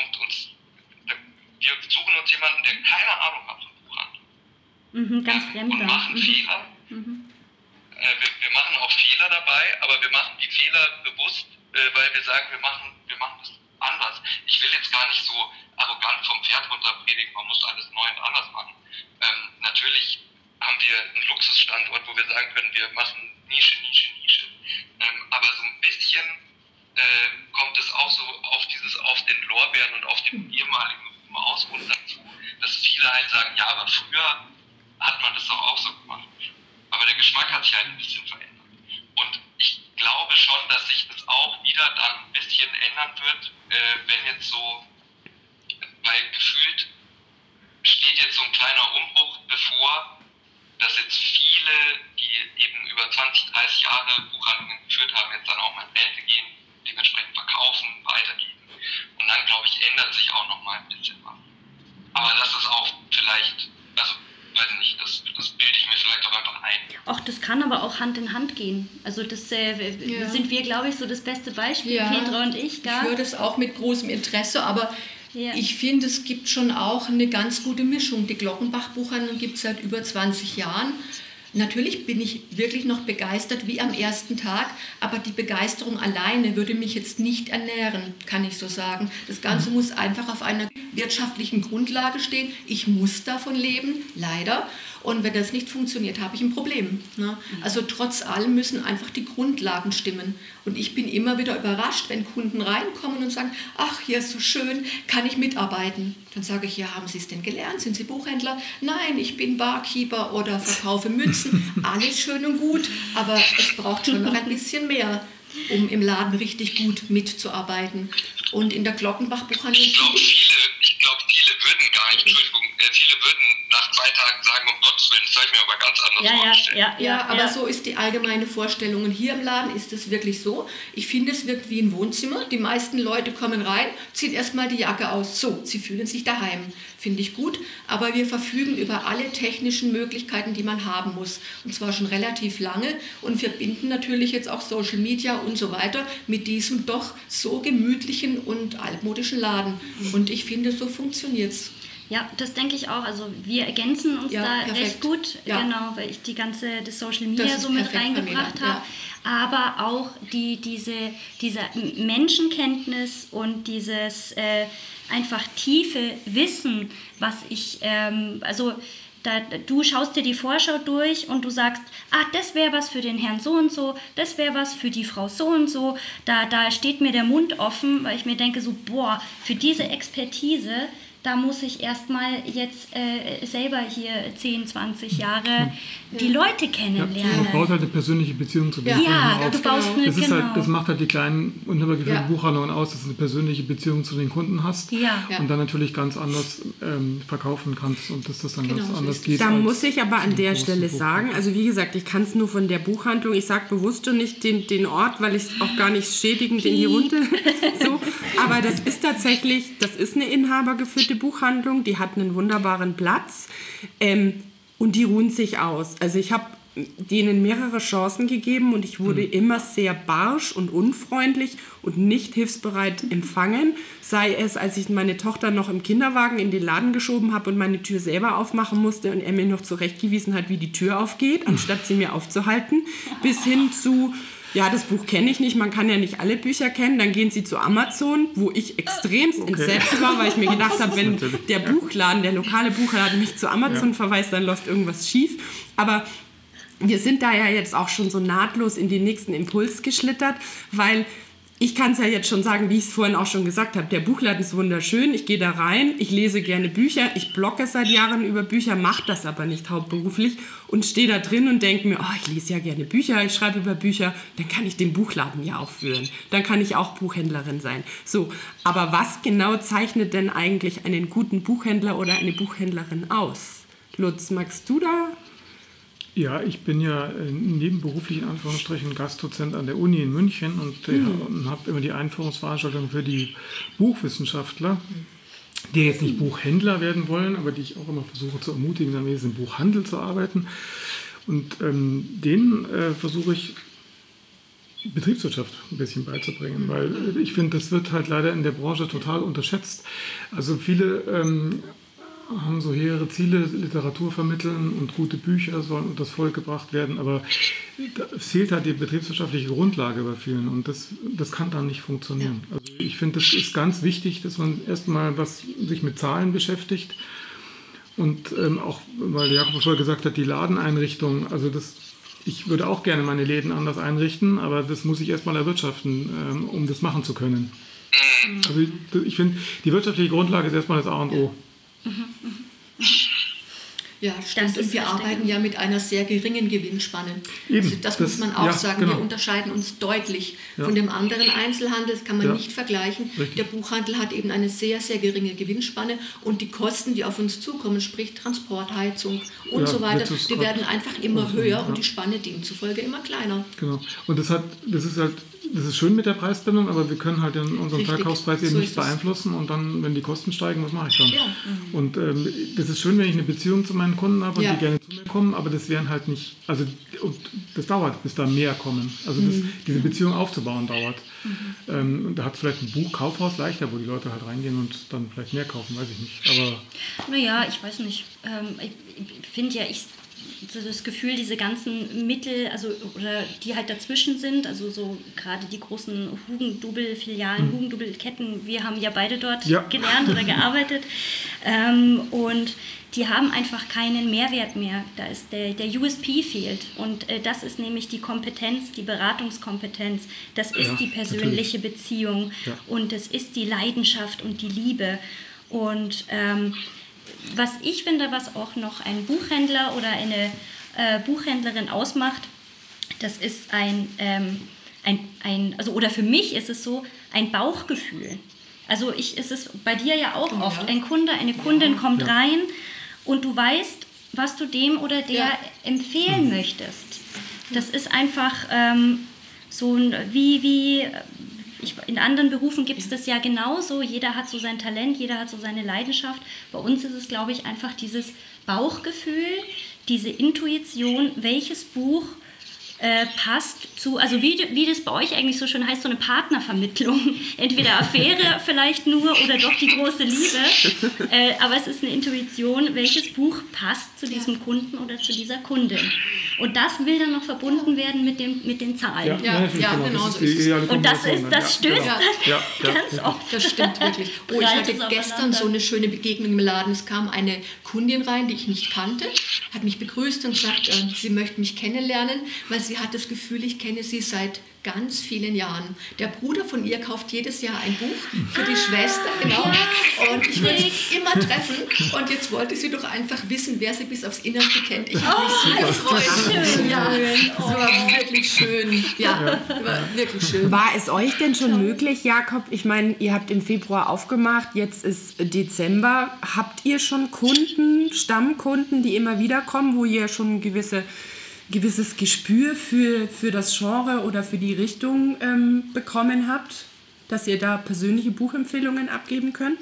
wir suchen uns jemanden, der keine Ahnung hat von Buchhandlung. Ganz fremd. Und machen Fehler. Wir machen auch Fehler dabei, aber wir machen die Fehler bewusst, weil wir sagen, wir machen das anders. Ich will jetzt gar nicht so arrogant vom Pferd runter predigen, man muss alles neu und anders machen. Natürlich haben wir einen Luxusstandort, wo wir sagen können, wir machen Nische. Aber so ein bisschen kommt es auch so auf den Lorbeeren und auf den ehemaligen Ruhm ausruhen dazu, dass viele halt sagen, ja, aber früher hat man das doch auch so gemacht. Aber der Geschmack hat sich halt ein bisschen verändert. Und ich glaube schon, dass sich das auch wieder dann ein bisschen ändern wird, wenn jetzt so, weil gefühlt steht jetzt so ein kleiner Umbruch bevor, dass jetzt viele, die eben über 20, 30 Jahre Buchhandlungen geführt haben, jetzt dann auch mal in Rente gehen, dementsprechend verkaufen, weitergeben. Und dann, glaube ich, ändert sich auch noch mal ein bisschen was. Aber das ist auch vielleicht, also weiß nicht, das bilde ich mir vielleicht auch einfach ein. Ach, das kann aber auch Hand in Hand gehen. Also das sind wir, glaube ich, so das beste Beispiel, Petra und ich. Ich höre das auch mit großem Interesse, aber ich finde, es gibt schon auch eine ganz gute Mischung. Die Glockenbach-Buchhandlung gibt es seit über 20 Jahren. Natürlich bin ich wirklich noch begeistert wie am ersten Tag, aber die Begeisterung alleine würde mich jetzt nicht ernähren, kann ich so sagen. Das Ganze muss einfach auf einer wirtschaftlichen Grundlage stehen. Ich muss davon leben, leider. Und wenn das nicht funktioniert, habe ich ein Problem. Ne? Also trotz allem müssen einfach die Grundlagen stimmen. Und ich bin immer wieder überrascht, wenn Kunden reinkommen und sagen, ach, hier ist so schön, kann ich mitarbeiten? Dann sage ich, ja, haben Sie es denn gelernt? Sind Sie Buchhändler? Nein, ich bin Barkeeper oder verkaufe Münzen. Alles schön und gut, aber es braucht schon noch ein bisschen mehr, um im Laden richtig gut mitzuarbeiten. Und in der Glockenbach-Buchhandlung... Ich glaube, viele würden gar nicht, viele würden nach 2 Tagen sagen, um Gottes Willen, das habe ich mir aber ganz anders vorgestellt. Ja, aber so ist die allgemeine Vorstellung. Und hier im Laden ist es wirklich so, ich finde, es wirkt wie ein Wohnzimmer. Die meisten Leute kommen rein, ziehen erstmal die Jacke aus. So, sie fühlen sich daheim. Finde ich gut. Aber wir verfügen über alle technischen Möglichkeiten, die man haben muss. Und zwar schon relativ lange. Und wir verbinden natürlich jetzt auch Social Media und so weiter mit diesem doch so gemütlichen und altmodischen Laden. Und ich finde, so funktioniert es. Ja, das denke ich auch. Also wir ergänzen uns da perfekt. recht gut, genau, weil ich das Social Media so mit reingebracht habe. Aber auch diese Menschenkenntnis und dieses einfach tiefe Wissen, was ich, du schaust dir die Vorschau durch und du sagst, das wäre was für den Herrn so und so, das wäre was für die Frau so und so. Da steht mir der Mund offen, weil ich mir denke so, für diese Expertise, da muss ich erstmal jetzt selber hier 10, 20 Jahre die Leute kennenlernen. Ja, du baust halt eine persönliche Beziehung zu den Kunden auf. Du baust eine, Das macht halt die kleinen, untergeführten Buchhandlungen aus, dass du eine persönliche Beziehung zu den Kunden hast und dann natürlich ganz anders verkaufen kannst und dass das dann ganz anders geht. Da muss ich aber an der Stelle sagen, also wie gesagt, ich kann es nur von der Buchhandlung, ich sage bewusst nicht den Ort, weil ich es auch gar nicht schädigend in die Runde so, aber das ist tatsächlich, das ist eine inhabergeführte Buchhandlung, die hat einen wunderbaren Platz und die ruhen sich aus. Also ich habe denen mehrere Chancen gegeben und ich wurde immer sehr barsch und unfreundlich und nicht hilfsbereit empfangen. Sei es, als ich meine Tochter noch im Kinderwagen in den Laden geschoben habe und meine Tür selber aufmachen musste und er mir noch zurechtgewiesen hat, wie die Tür aufgeht, anstatt sie mir aufzuhalten, bis hin zu... Ja, das Buch kenne ich nicht, man kann ja nicht alle Bücher kennen. Dann gehen sie zu Amazon, wo ich extremst entsetzt war, weil ich mir gedacht habe, wenn der Buchladen, der lokale Buchladen mich zu Amazon verweist, dann läuft irgendwas schief. Aber wir sind da ja jetzt auch schon so nahtlos in den nächsten Impuls geschlittert, weil Ich kann es ja jetzt schon sagen, wie ich es vorhin auch schon gesagt habe. Der Buchladen ist wunderschön. Ich gehe da rein, ich lese gerne Bücher. Ich blogge seit Jahren über Bücher, mache das aber nicht hauptberuflich und stehe da drin und denke mir, ich lese ja gerne Bücher, ich schreibe über Bücher. Dann kann ich den Buchladen ja auch führen. Dann kann ich auch Buchhändlerin sein. So, aber was genau zeichnet denn eigentlich einen guten Buchhändler oder eine Buchhändlerin aus? Lutz, magst du da? Ja, ich bin ja nebenberuflich in Anführungsstrichen Gastdozent an der Uni in München und habe immer die Einführungsveranstaltung für die Buchwissenschaftler, die jetzt nicht Buchhändler werden wollen, aber die ich auch immer versuche zu ermutigen, dann wenigstens im Buchhandel zu arbeiten. Und denen versuche ich Betriebswirtschaft ein bisschen beizubringen, weil ich finde, das wird halt leider in der Branche total unterschätzt. Also viele haben so hehre Ziele, Literatur vermitteln und gute Bücher sollen unter das Volk gebracht werden, aber da fehlt halt die betriebswirtschaftliche Grundlage bei vielen und das kann dann nicht funktionieren. Also ich finde, das ist ganz wichtig, dass man erstmal sich mit Zahlen beschäftigt und auch, weil Jakob vorher gesagt hat, die Ladeneinrichtung, also ich würde auch gerne meine Läden anders einrichten, aber das muss ich erstmal erwirtschaften, um das machen zu können. Also ich finde, die wirtschaftliche Grundlage ist erstmal das A und O. Ja, stimmt. Und wir arbeiten ja mit einer sehr geringen Gewinnspanne. Eben, also das muss man auch sagen. Genau. Wir unterscheiden uns deutlich von dem anderen Einzelhandel. Das kann man nicht vergleichen. Richtig. Der Buchhandel hat eben eine sehr, sehr geringe Gewinnspanne und die Kosten, die auf uns zukommen, sprich Transport, Heizung und so weiter, die werden einfach immer höher und die Spanne demzufolge immer kleiner. Genau. Und das ist schön mit der Preisbindung, aber wir können halt unseren Verkaufspreis eben nicht beeinflussen und dann, wenn die Kosten steigen, was mache ich dann? Ja. Und das ist schön, wenn ich eine Beziehung zu meinen Kunden habe und die gerne zu mir kommen, aber das wären halt nicht, also und das dauert, bis da mehr kommen. Also diese Beziehung aufzubauen dauert. Und da hat vielleicht ein Buchkaufhaus leichter, wo die Leute halt reingehen und dann vielleicht mehr kaufen, weiß ich nicht. Aber naja, ich weiß nicht. Ich finde ja, so das Gefühl, diese ganzen Mittel, also oder die halt dazwischen sind, also so gerade die großen Hugendubel-Filialen, Hugendubel-Ketten, wir haben ja beide dort gelernt oder gearbeitet und die haben einfach keinen Mehrwert mehr. Da ist der USP fehlt und das ist nämlich die Kompetenz, die Beratungskompetenz, das ist die persönliche Beziehung und das ist die Leidenschaft und die Liebe und was ich finde, was auch noch ein Buchhändler oder eine Buchhändlerin ausmacht, das ist also oder für mich ist es so, ein Bauchgefühl. Also es ist bei dir ja auch oft, ein Kunde, eine Kundin kommt rein und du weißt, was du dem oder der empfehlen möchtest. Das ist einfach so wie in anderen Berufen gibt es das ja genauso. Jeder hat so sein Talent, jeder hat so seine Leidenschaft. Bei uns ist es, glaube ich, einfach dieses Bauchgefühl, diese Intuition, welches Buch passt zu, also wie das bei euch eigentlich so schön heißt, so eine Partnervermittlung. Entweder Affäre vielleicht nur oder doch die große Liebe. Aber es ist eine Intuition, welches Buch passt zu diesem Kunden oder zu dieser Kundin. Und das will dann noch verbunden werden mit den Zahlen. Genau so ist es. Und das stößt dann ganz oft. Das stimmt wirklich. Ich hatte gestern so eine schöne Begegnung im Laden. Es kam eine Kundin rein, die ich nicht kannte, hat mich begrüßt und gesagt, sie möchte mich kennenlernen, weil sie hat das Gefühl, ich kenne sie seit ganz vielen Jahren. Der Bruder von ihr kauft jedes Jahr ein Buch für die Schwester, genau. Und ich will sie immer treffen. Und jetzt wollte sie doch einfach wissen, wer sie bis aufs Innerste kennt. Ich habe mich so gefreut. Ja, es war wirklich schön. Ja, war wirklich schön. War es euch denn schon möglich, Jakob? Ich meine, ihr habt im Februar aufgemacht, jetzt ist Dezember. Habt ihr schon Kunden, Stammkunden, die immer wieder kommen, wo ihr schon ein gewisses Gespür für das Genre oder für die Richtung bekommen habt, dass ihr da persönliche Buchempfehlungen abgeben könnt?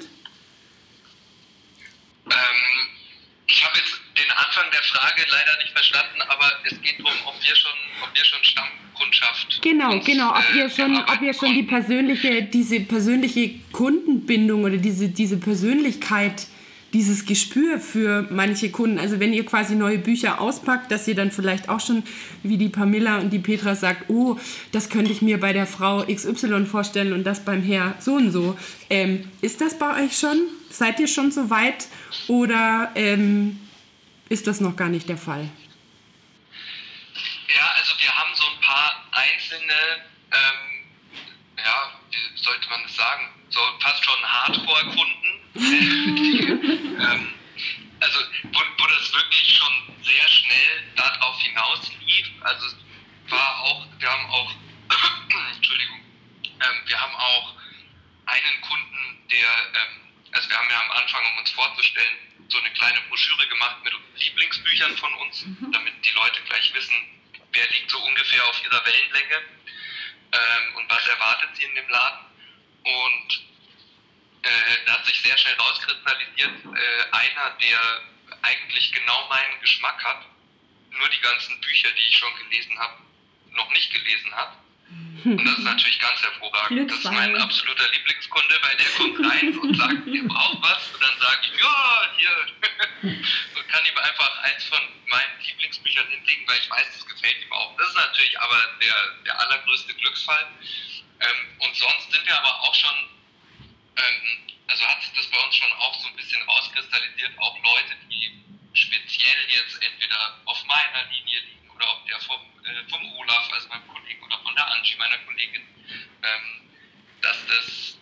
Ich habe jetzt den Anfang der Frage leider nicht verstanden, aber es geht darum, ob wir schon Stammkundschaft. Genau, ob ihr schon diese persönliche Kundenbindung oder diese Persönlichkeit, dieses Gespür für manche Kunden, also wenn ihr quasi neue Bücher auspackt, dass ihr dann vielleicht auch schon, wie die Pamela und die Petra sagt, oh, das könnte ich mir bei der Frau XY vorstellen und das beim Herr so und so. Ist das bei euch schon? Seid ihr schon so weit oder ist das noch gar nicht der Fall? Ja, also wir haben so ein paar einzelne sollte man es sagen, so fast schon Hardcore-Kunden, also wo das wirklich schon sehr schnell darauf hinauslief. Also es war auch, wir haben auch einen Kunden, der, also wir haben ja am Anfang, um uns vorzustellen, so eine kleine Broschüre gemacht mit Lieblingsbüchern von uns, damit die Leute gleich wissen, wer liegt so ungefähr auf ihrer Wellenlänge und was erwartet sie in dem Laden. Und da hat sich sehr schnell rauskristallisiert, einer, der eigentlich genau meinen Geschmack hat, nur die ganzen Bücher, die ich schon gelesen habe, noch nicht gelesen hat. Und das ist natürlich ganz hervorragend. Das ist mein absoluter Lieblingskunde, weil der kommt rein und sagt, ihr braucht was. Und dann sage ich, ja, hier. Und kann ihm einfach eins von meinen Lieblingsbüchern hinlegen, weil ich weiß, das gefällt ihm auch. Das ist natürlich aber der allergrößte Glücksfall. Und sonst sind wir aber auch schon, also hat sich das bei uns schon auch so ein bisschen rauskristallisiert, auch Leute, die speziell jetzt entweder auf meiner Linie liegen oder auf der vom Olaf, also meinem Kollegen, oder von der Angie, meiner Kollegin, dass das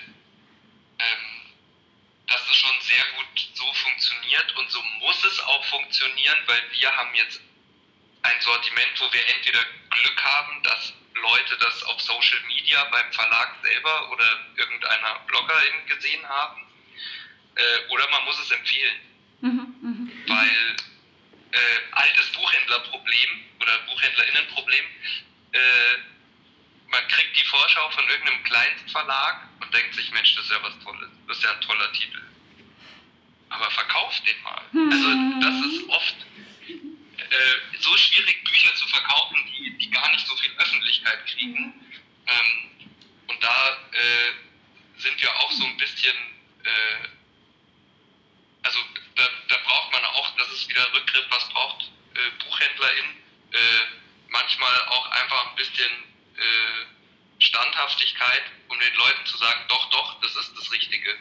schon sehr gut so funktioniert, und so muss es auch funktionieren, weil wir haben jetzt ein Sortiment, wo wir entweder Glück haben, dass Leute das auf Social Media beim Verlag selber oder irgendeiner Bloggerin gesehen haben, oder man muss es empfehlen. Weil altes Buchhändlerproblem oder BuchhändlerInnenproblem, man kriegt die Vorschau von irgendeinem Kleinstverlag und denkt sich, Mensch, das ist ja was Tolles, das ist ja ein toller Titel. Aber verkauft den mal. Also das ist oft so schwierig, Bücher zu verkaufen, die gar nicht so viel Öffentlichkeit kriegen. Und da sind wir auch so ein bisschen, also da braucht man auch, das ist wieder Rückgriff, was braucht BuchhändlerInnen, manchmal auch einfach ein bisschen Standhaftigkeit, um den Leuten zu sagen, doch, das ist das Richtige.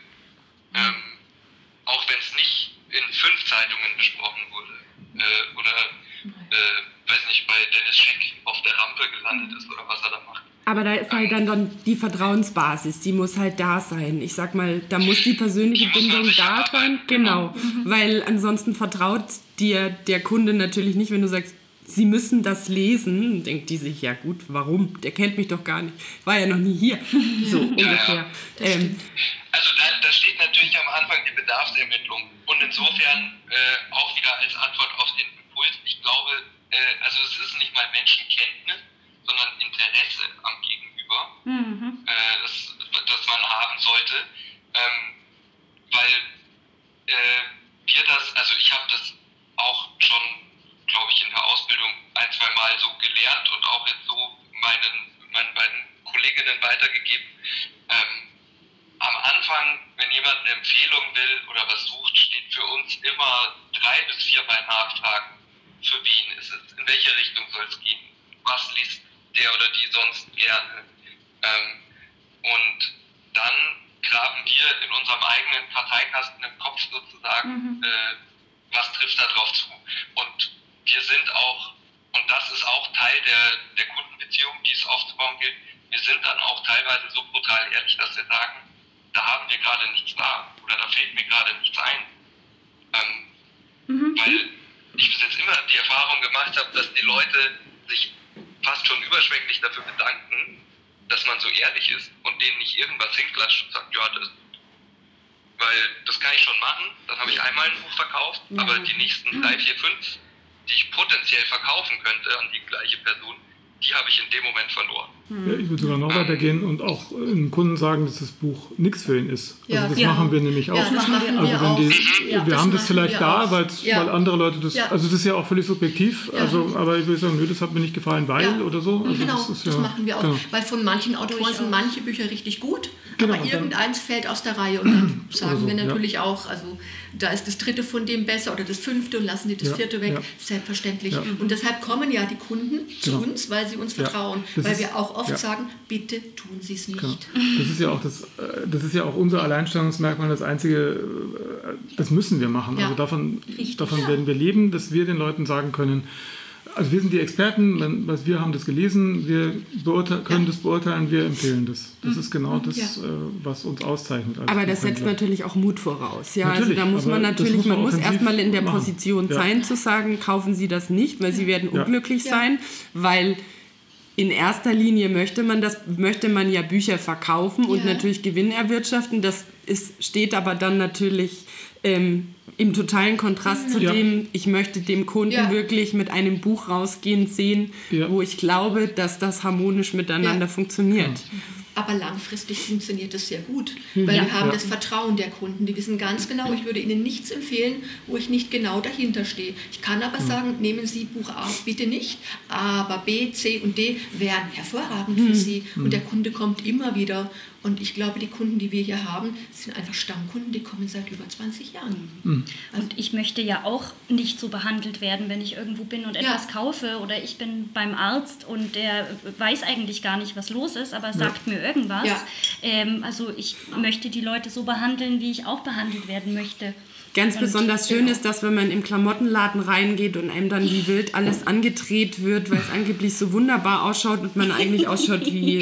Auch wenn es nicht in 5 Zeitungen besprochen wurde. Oder, weiß nicht, bei Dennis Schick auf der Rampe gelandet ist oder was er da macht. Aber da ist halt dann die Vertrauensbasis, die muss halt da sein. Ich sag mal, da muss die persönliche Bindung da sein. Genau, weil ansonsten vertraut dir der Kunde natürlich nicht, wenn du sagst, sie müssen das lesen, denkt die sich, ja gut, warum? Der kennt mich doch gar nicht. War ja noch nie hier. So ungefähr. Also da steht natürlich am Anfang die Bedarfsermittlung. Und insofern auch wieder als Antwort auf den Impuls, ich glaube, also es ist nicht mal Menschenkenntnis, sondern Interesse am Gegenüber, das man haben sollte. Weil wir das, also ich habe das auch schon, glaube ich, in der Ausbildung 1-2 Mal so gelernt und auch jetzt so meinen beiden Kolleginnen weitergegeben. Am Anfang, wenn jemand eine Empfehlung will oder was sucht, steht für uns immer 3 bis 4 Mal nachfragen. Für wen ist es? In welche Richtung soll es gehen? Was liest der oder die sonst gerne? Und dann graben wir in unserem eigenen Karteikasten im Kopf sozusagen, was trifft da drauf zu. Und wir sind auch, und das ist auch Teil der Kundenbeziehung, die es aufzubauen gilt, wir sind dann auch teilweise so brutal ehrlich, dass wir sagen, da haben wir gerade nichts da oder da fällt mir gerade nichts ein. Weil ich bis jetzt immer die Erfahrung gemacht habe, dass die Leute sich fast schon überschwänglich dafür bedanken, dass man so ehrlich ist und denen nicht irgendwas hinklatscht und sagt, ja, das, weil das kann ich schon machen, dann habe ich einmal ein Buch verkauft, aber die nächsten 3, 4, 5, die ich potenziell verkaufen könnte an die gleiche Person, die habe ich in dem Moment verloren. Ja, ich würde sogar noch weitergehen und auch einem Kunden sagen, dass das Buch nichts für ihn ist. Also das machen wir nämlich auch. Ja, das machen wir also auch. Wir haben das vielleicht da, weil andere Leute das, also das ist ja auch völlig subjektiv, also, aber ich würde sagen, nö, das hat mir nicht gefallen, weil oder so. Also genau, das machen wir auch, weil von manchen Autoren sind manche Bücher richtig gut, genau, aber irgendeins fällt aus der Reihe und dann sagen wir natürlich auch, also da ist das 3. von dem besser oder das 5. und lassen die das 4. weg, selbstverständlich. Ja. Und deshalb kommen ja die Kunden zu uns, weil sie uns vertrauen, weil wir auch oft sagen, bitte tun Sie es nicht. Genau. Das ist ja auch unser Alleinstellungsmerkmal, das einzige, das müssen wir machen. Also davon werden wir leben, dass wir den Leuten sagen können, Also wir sind die Experten, was wir haben das gelesen, wir können das beurteilen, wir empfehlen das. Das ist genau das, was uns auszeichnet. Aber das setzt natürlich auch Mut voraus. Ja, also da muss man muss erstmal in der Position sein, zu sagen, kaufen Sie das nicht, weil Sie werden unglücklich sein, weil in erster Linie möchte man ja Bücher verkaufen und natürlich Gewinn erwirtschaften. Das steht aber dann natürlich im totalen Kontrast zu dem, ich möchte dem Kunden wirklich mit einem Buch rausgehen sehen, wo ich glaube, dass das harmonisch miteinander funktioniert. Aber langfristig funktioniert das sehr gut, weil wir haben das Vertrauen der Kunden. Die wissen ganz genau, ich würde ihnen nichts empfehlen, wo ich nicht genau dahinter stehe. Ich kann aber sagen, nehmen Sie Buch A bitte nicht, aber B, C und D wären hervorragend für Sie. Und der Kunde kommt immer wieder. Und ich glaube, die Kunden, die wir hier haben, sind einfach Stammkunden, die kommen seit über 20 Jahren. Also und ich möchte ja auch nicht so behandelt werden, wenn ich irgendwo bin und etwas kaufe oder ich bin beim Arzt und der weiß eigentlich gar nicht, was los ist, aber sagt mir irgendwas. Ja. Also ich möchte die Leute so behandeln, wie ich auch behandelt werden möchte. Ganz besonders schön ist das, wenn man im Klamottenladen reingeht und einem dann wie wild alles angedreht wird, weil es angeblich so wunderbar ausschaut und man eigentlich ausschaut wie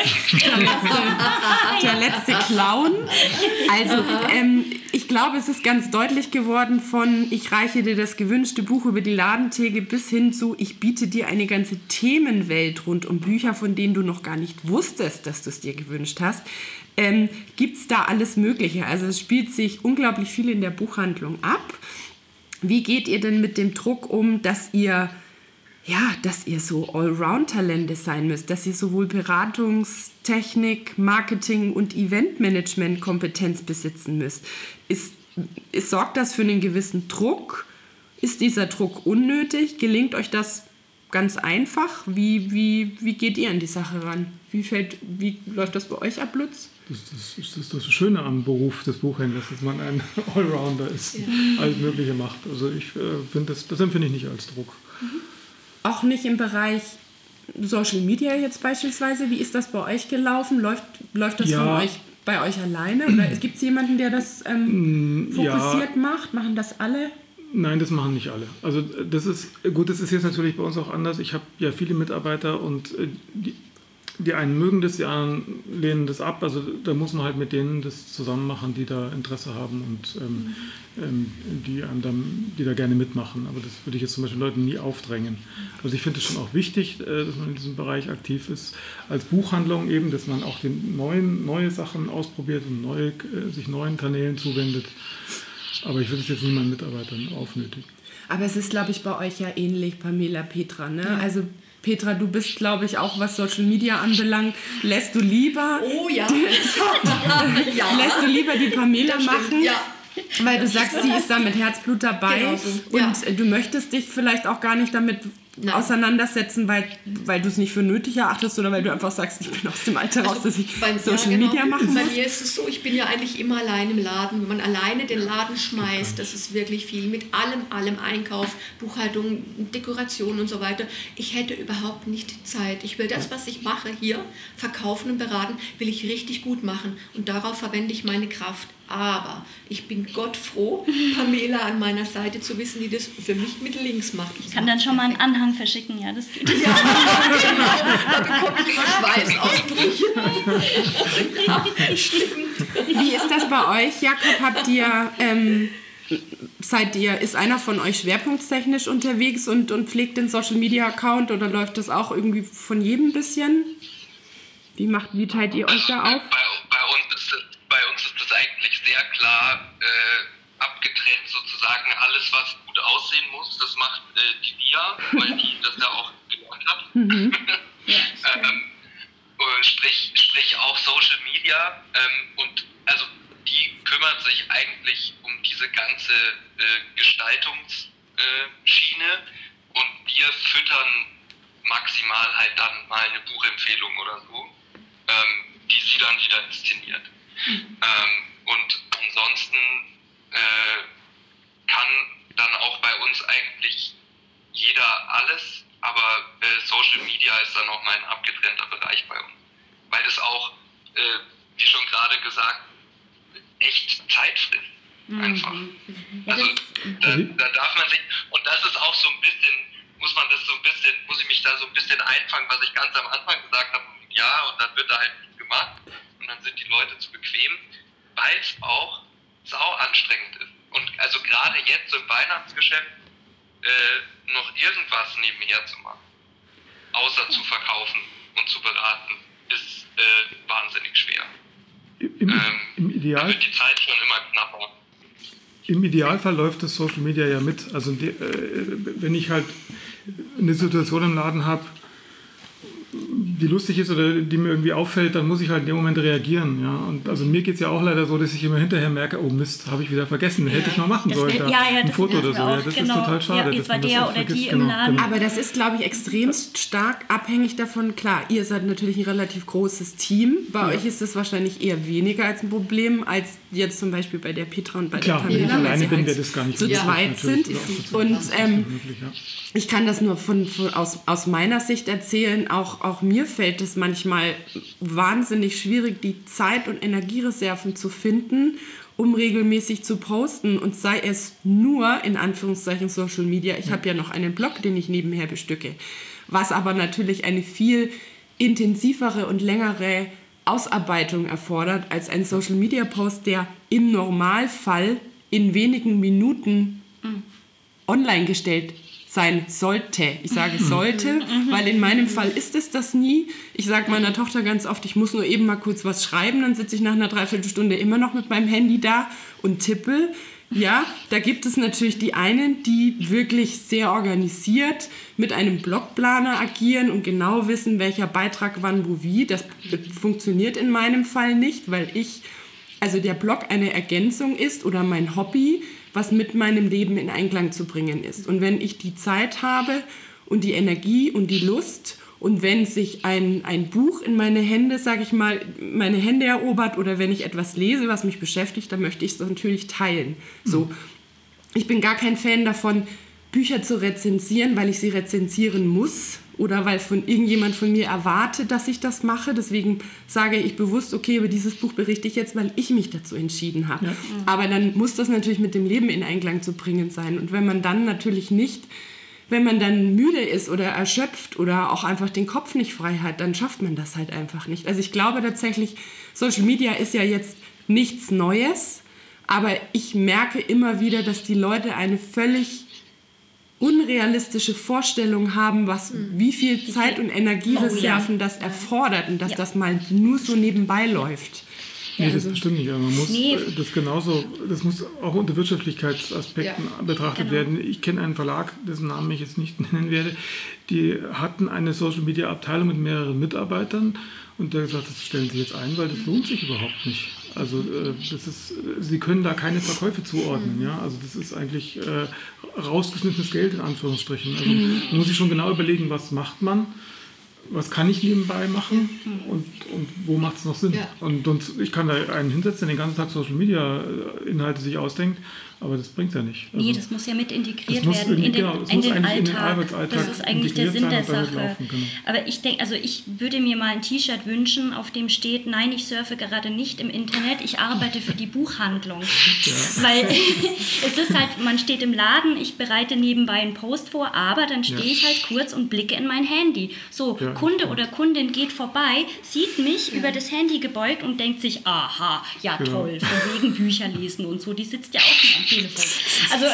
der letzte Clown. Also ich glaube, es ist ganz deutlich geworden von ich reiche dir das gewünschte Buch über die Ladentheke bis hin zu ich biete dir eine ganze Themenwelt rund um Bücher, von denen du noch gar nicht wusstest, dass du es dir gewünscht hast. Gibt es da alles Mögliche? Also es spielt sich unglaublich viel in der Buchhandlung ab. Wie geht ihr denn mit dem Druck um, dass ihr so Allround-Talente sein müsst, dass ihr sowohl Beratungstechnik, Marketing und Eventmanagement-Kompetenz besitzen müsst? Sorgt das für einen gewissen Druck? Ist dieser Druck unnötig? Gelingt euch das ganz einfach? Wie geht ihr an die Sache ran? Wie läuft das bei euch ab, Lutz? Das ist das Schöne am Beruf des Buchhändlers, dass man ein Allrounder ist, alles Mögliche macht. Also ich finde, das empfinde ich nicht als Druck. Auch nicht im Bereich Social Media jetzt beispielsweise? Wie ist das bei euch gelaufen? Läuft das bei euch alleine? Oder gibt es jemanden, der das fokussiert macht? Machen das alle? Nein, das machen nicht alle. Also das ist jetzt natürlich bei uns auch anders. Ich habe ja viele Mitarbeiter und die einen mögen das, die anderen lehnen das ab. Also da muss man halt mit denen das zusammen machen, die da Interesse haben und die da gerne mitmachen. Aber das würde ich jetzt zum Beispiel Leuten nie aufdrängen. Also ich finde es schon auch wichtig, dass man in diesem Bereich aktiv ist. Als Buchhandlung eben, dass man auch neue Sachen ausprobiert und sich neuen Kanälen zuwendet. Aber ich würde es jetzt nie meinen Mitarbeitern aufnötigen. Aber es ist, glaube ich, bei euch ja ähnlich, Pamela, Petra, ne? Ja. Also Petra, du bist, glaube ich, auch was Social Media anbelangt, lässt du lieber die Pamela machen, weil du sagst, sie ist da mit Herzblut dabei und du möchtest dich vielleicht auch gar nicht damit auseinandersetzen, weil du es nicht für nötig erachtest oder weil du einfach sagst, ich bin aus dem Alter raus, dass ich Social Media machen muss? Bei mir ist es so, ich bin ja eigentlich immer allein im Laden. Wenn man alleine den Laden schmeißt, das ist wirklich viel. Mit allem Einkauf, Buchhaltung, Dekoration und so weiter. Ich hätte überhaupt nicht Zeit. Ich will das, was ich mache hier, verkaufen und beraten, will ich richtig gut machen. Und darauf verwende ich meine Kraft. Aber ich bin Gott froh, Pamela an meiner Seite zu wissen, die das für mich mit links macht. Ich kann dann schon mal einen Anhang verschicken, ja, das geht. Ja, genau. Da bekomme ich immer Schweißausbrüche. Stimmt. Wie ist das bei euch, Jakob? Ist einer von euch schwerpunktstechnisch unterwegs und pflegt den Social Media Account oder läuft das auch irgendwie von jedem ein bisschen? Wie teilt ihr euch da auf? Bei uns ist das eigentlich sehr klar abgetrennt sozusagen. Alles, was gut aussehen muss, das macht die Via, weil die das ja auch gemacht hat. Sprich auch Social Media. Und also die kümmert sich eigentlich um diese ganze Gestaltungsschiene und wir füttern maximal halt dann mal eine Buchempfehlung oder so, die sie dann wieder inszeniert. Und ansonsten kann dann auch bei uns eigentlich jeder alles, aber Social Media ist dann nochmal ein abgetrennter Bereich bei uns. Weil das auch, wie schon gerade gesagt, echt Zeit frisst. Einfach. Also da darf man sich, und das ist auch so ein bisschen, muss ich mich da so ein bisschen einfangen, was ich ganz am Anfang gesagt habe, ja, und dann wird da halt nichts gemacht und dann sind die Leute zu bequem, weil es auch sau anstrengend ist. Und also gerade jetzt im Weihnachtsgeschäft noch irgendwas nebenher zu machen, außer zu verkaufen und zu beraten, ist wahnsinnig schwer. Im Da wird die Zeit schon immer knapper. Im Idealfall läuft das Social Media ja mit. Also wenn ich halt eine Situation im Laden habe, die lustig ist oder die mir irgendwie auffällt, dann muss ich halt in dem Moment reagieren. Ja? Und also mir geht es ja auch leider so, dass ich immer hinterher merke, oh Mist, habe ich wieder vergessen, hätte ich mal machen sollen. Ein Foto oder so. Ja, das ist total schade. Ja, jetzt war der oder die im Laden. Aber das ist, glaube ich, extrem stark abhängig davon. Klar, ihr seid natürlich ein relativ großes Team. Bei euch ist das wahrscheinlich eher weniger als ein Problem, als jetzt zum Beispiel bei der Petra und bei der Pamela. Wenn ich alleine bin, wäre das gar nicht zu zweit sind. Und ich kann das nur aus meiner Sicht erzählen, auch mir fällt es manchmal wahnsinnig schwierig, die Zeit- und Energiereserven zu finden, um regelmäßig zu posten, und sei es nur, in Anführungszeichen, Social Media. Ich habe ja noch einen Blog, den ich nebenher bestücke, was aber natürlich eine viel intensivere und längere Ausarbeitung erfordert als ein Social-Media-Post, der im Normalfall in wenigen Minuten online gestellt sein sollte. Ich sage sollte, weil in meinem Fall ist es das nie. Ich sage meiner Tochter ganz oft, ich muss nur eben mal kurz was schreiben, dann sitze ich nach einer Dreiviertelstunde immer noch mit meinem Handy da und tippe. Ja, da gibt es natürlich die einen, die wirklich sehr organisiert mit einem Blogplaner agieren und genau wissen, welcher Beitrag wann, wo, wie. Das funktioniert in meinem Fall nicht, weil der Blog eine Ergänzung ist oder mein Hobby, was mit meinem Leben in Einklang zu bringen ist. Und wenn ich die Zeit habe und die Energie und die Lust und wenn sich ein Buch in meine Hände, sage ich mal, meine Hände erobert oder wenn ich etwas lese, was mich beschäftigt, dann möchte ich es natürlich teilen. So. Ich bin gar kein Fan davon, Bücher zu rezensieren, weil ich sie rezensieren muss oder weil irgendjemand von mir erwartet, dass ich das mache. Deswegen sage ich bewusst, okay, über dieses Buch berichte ich jetzt, weil ich mich dazu entschieden habe. Ja. Aber dann muss das natürlich mit dem Leben in Einklang zu bringen sein. Und wenn man dann müde ist oder erschöpft oder auch einfach den Kopf nicht frei hat, dann schafft man das halt einfach nicht. Also ich glaube tatsächlich, Social Media ist ja jetzt nichts Neues, aber ich merke immer wieder, dass die Leute eine völlig unrealistische Vorstellung haben, wie viel Zeit und Energiereserven das erfordert und dass das mal nur so nebenbei läuft. Nee, das bestimmt nicht. Aber man muss das muss auch unter Wirtschaftlichkeitsaspekten betrachtet werden. Ich kenne einen Verlag, dessen Namen ich jetzt nicht nennen werde, die hatten eine Social-Media-Abteilung mit mehreren Mitarbeitern und der hat gesagt, das stellen sie jetzt ein, weil das lohnt sich überhaupt nicht. Also sie können da keine Verkäufe zuordnen. Ja? Also das ist eigentlich rausgeschnissenes Geld in Anführungsstrichen. Also man muss sich schon genau überlegen, was macht man, was kann ich nebenbei machen und wo macht es noch Sinn. Ja. Und ich kann da einen hinsetzen, der den ganzen Tag Social-Media-Inhalte sich ausdenkt, aber das bringt ja nicht. Also, das muss ja mit integriert werden in den Alltag. Das ist eigentlich der Sinn der Sache. Aber ich denke, ich würde mir mal ein T-Shirt wünschen, auf dem steht, nein, ich surfe gerade nicht im Internet, ich arbeite für die Buchhandlung. Ja. Weil es ist halt, man steht im Laden, ich bereite nebenbei einen Post vor, aber dann stehe ich halt kurz und blicke in mein Handy. So, Kunde oder Kundin geht vorbei, sieht mich über das Handy gebeugt und denkt sich, aha, ja toll, von wegen Bücher lesen und so, die sitzt ja auch nicht am Telefon. Also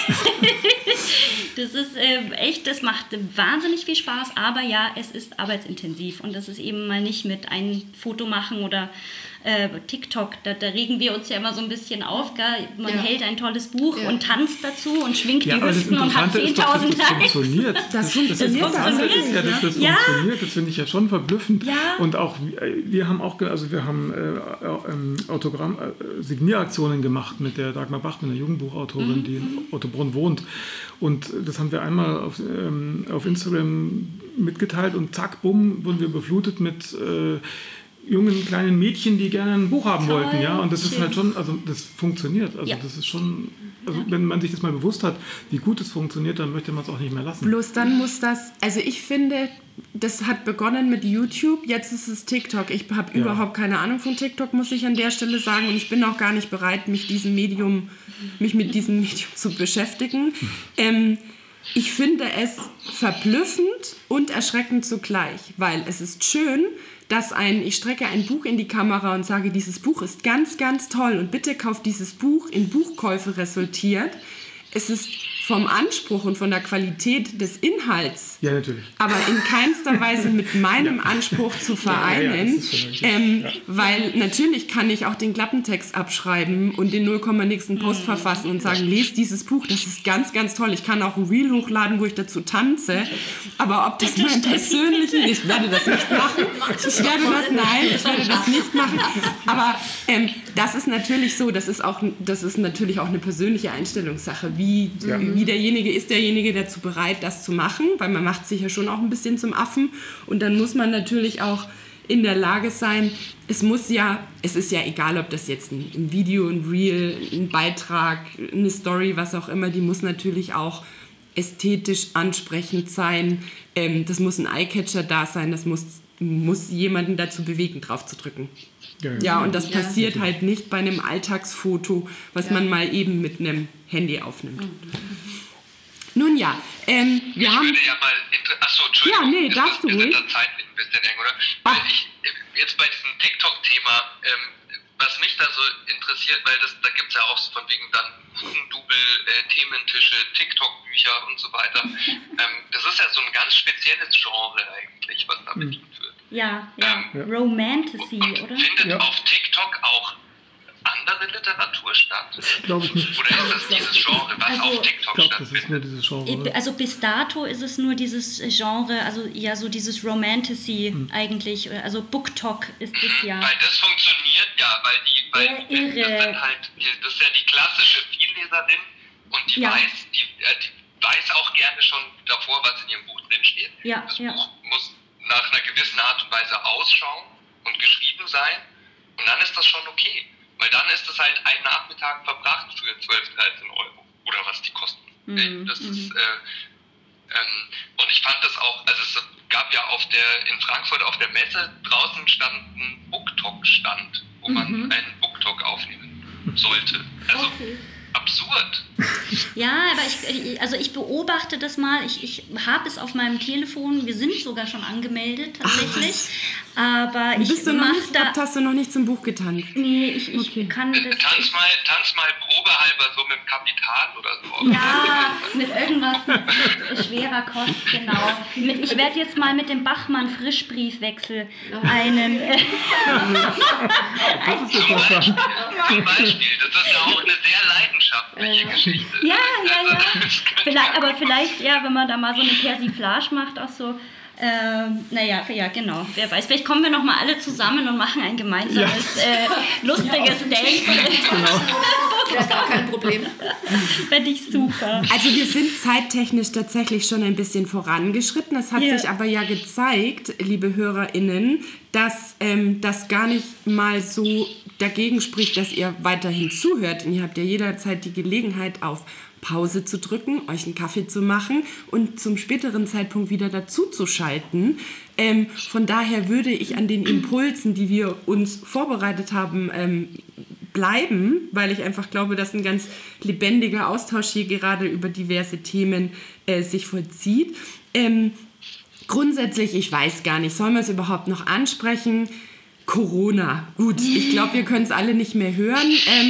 das ist echt, das macht wahnsinnig viel Spaß, aber ja, es ist arbeitsintensiv und das ist eben mal nicht mit ein Foto machen oder TikTok, da regen wir uns ja immer so ein bisschen auf, gell? Man hält ein tolles Buch und tanzt dazu und schwingt die Hüften und hat 10.000 Likes. Das funktioniert. Das funktioniert, das finde ich ja schon verblüffend. Ja. Und auch, wir haben Signieraktionen gemacht mit der Dagmar Bachmann, der Jugendbuchautorin, die in Ottobrunn wohnt. Und das haben wir einmal auf Instagram mitgeteilt und zack, bumm, wurden wir überflutet mit jungen kleinen Mädchen, die gerne ein Buch haben wollten, ja, und das ist halt schon, also das funktioniert, also das ist schon, also wenn man sich das mal bewusst hat, wie gut es funktioniert, dann möchte man es auch nicht mehr lassen. Bloß dann muss das, also ich finde, das hat begonnen mit YouTube, jetzt ist es TikTok. Ich habe überhaupt keine Ahnung von TikTok, muss ich an der Stelle sagen, und ich bin auch gar nicht bereit, mich mit diesem Medium zu beschäftigen. Ich finde es verblüffend und erschreckend zugleich, weil es ist schön, dass ich strecke ein Buch in die Kamera und sage, dieses Buch ist ganz, ganz toll und bitte kauft dieses Buch, in Buchkäufe resultiert. Es ist vom Anspruch und von der Qualität des Inhalts, ja, natürlich, aber in keinster Weise mit meinem Anspruch zu vereinen, weil natürlich kann ich auch den Klappentext abschreiben und den 0,nächsten Post verfassen und sagen, lest dieses Buch, das ist ganz, ganz toll. Ich kann auch ein Reel hochladen, wo ich dazu tanze, aber ob das mein persönlichen, ich werde das nicht machen, ich werde das nicht machen, aber das ist natürlich so, das ist natürlich auch eine persönliche Einstellungssache, wie derjenige ist dazu bereit, das zu machen, weil man macht sich ja schon auch ein bisschen zum Affen und dann muss man natürlich auch in der Lage sein, es ist ja egal, ob das jetzt ein Video, ein Reel, ein Beitrag, eine Story, was auch immer, die muss natürlich auch ästhetisch ansprechend sein, das muss ein Eyecatcher da sein, das muss jemanden dazu bewegen, drauf zu drücken. Ja, und das passiert halt nicht bei einem Alltagsfoto, was man mal eben mit einem Handy aufnimmt. Nun ja, wir haben... würde ja mal... Achso, Entschuldigung. Ja, nee, darfst du ruhig. Wir sind da zeitlich ein bisschen eng, oder? Weil jetzt bei diesem TikTok-Thema, was mich da so interessiert, weil da gibt es ja auch so von wegen dann Hugendubel, Thementische, TikTok-Bücher und so weiter. Das ist ja so ein ganz spezielles Genre eigentlich, was da bedient wird. Ja. Romantasy, oder? Findet auf TikTok auch andere Literatur statt? Glaube ich nicht. Oder ist das dieses Genre, was auf TikTok stattfindet? Das ist nur dieses Genre. Also bis dato ist es nur dieses Genre, also ja, so dieses Romantasy eigentlich, also BookTok ist es ja. Weil das funktioniert ja, weil das ist ja die klassische Vielleserin und die weiß auch gerne schon davor, was in ihrem Buch drinsteht. Das Buch muss nach einer gewissen Art und Weise ausschauen und geschrieben sein und dann ist das schon okay. Weil dann ist es halt ein Nachmittag verbracht für 12, 13 Euro oder was die kosten. Das ist, und ich fand das auch, also es gab ja in Frankfurt auf der Messe draußen stand ein BookTok-Stand, wo man einen BookTok aufnehmen sollte. Also absurd. Ja, aber ich beobachte das mal. Ich habe es auf meinem Telefon. Wir sind sogar schon angemeldet tatsächlich. Aber hast du noch nicht zum Buch getanzt? Nee, ich kann das. Tanz mal probehalber so mit Kapital oder so. Ja, mit irgendwas mit schwerer Kost, genau. Ich werde jetzt mal mit dem Bachmann Frischbriefwechsel einen. Zum Beispiel, das ist ja auch eine sehr leidenschaftliche Geschichte. Ja. Vielleicht, wenn man da mal so eine Persiflage macht, auch so. Genau. Wer weiß, vielleicht kommen wir noch mal alle zusammen und machen ein gemeinsames, lustiges Date. Genau. Das ist gar kein Problem. Fände ich super. Also wir sind zeittechnisch tatsächlich schon ein bisschen vorangeschritten. Es hat sich aber ja gezeigt, liebe HörerInnen, dass das gar nicht mal so dagegen spricht, dass ihr weiterhin zuhört. Und ihr habt ja jederzeit die Gelegenheit, auf Pause zu drücken, euch einen Kaffee zu machen und zum späteren Zeitpunkt wieder dazu zu schalten. Von daher würde ich an den Impulsen, die wir uns vorbereitet haben, bleiben, weil ich einfach glaube, dass ein ganz lebendiger Austausch hier gerade über diverse Themen sich vollzieht. Grundsätzlich, ich weiß gar nicht, sollen wir es überhaupt noch ansprechen? Corona. Gut, ich glaube, wir können es alle nicht mehr hören.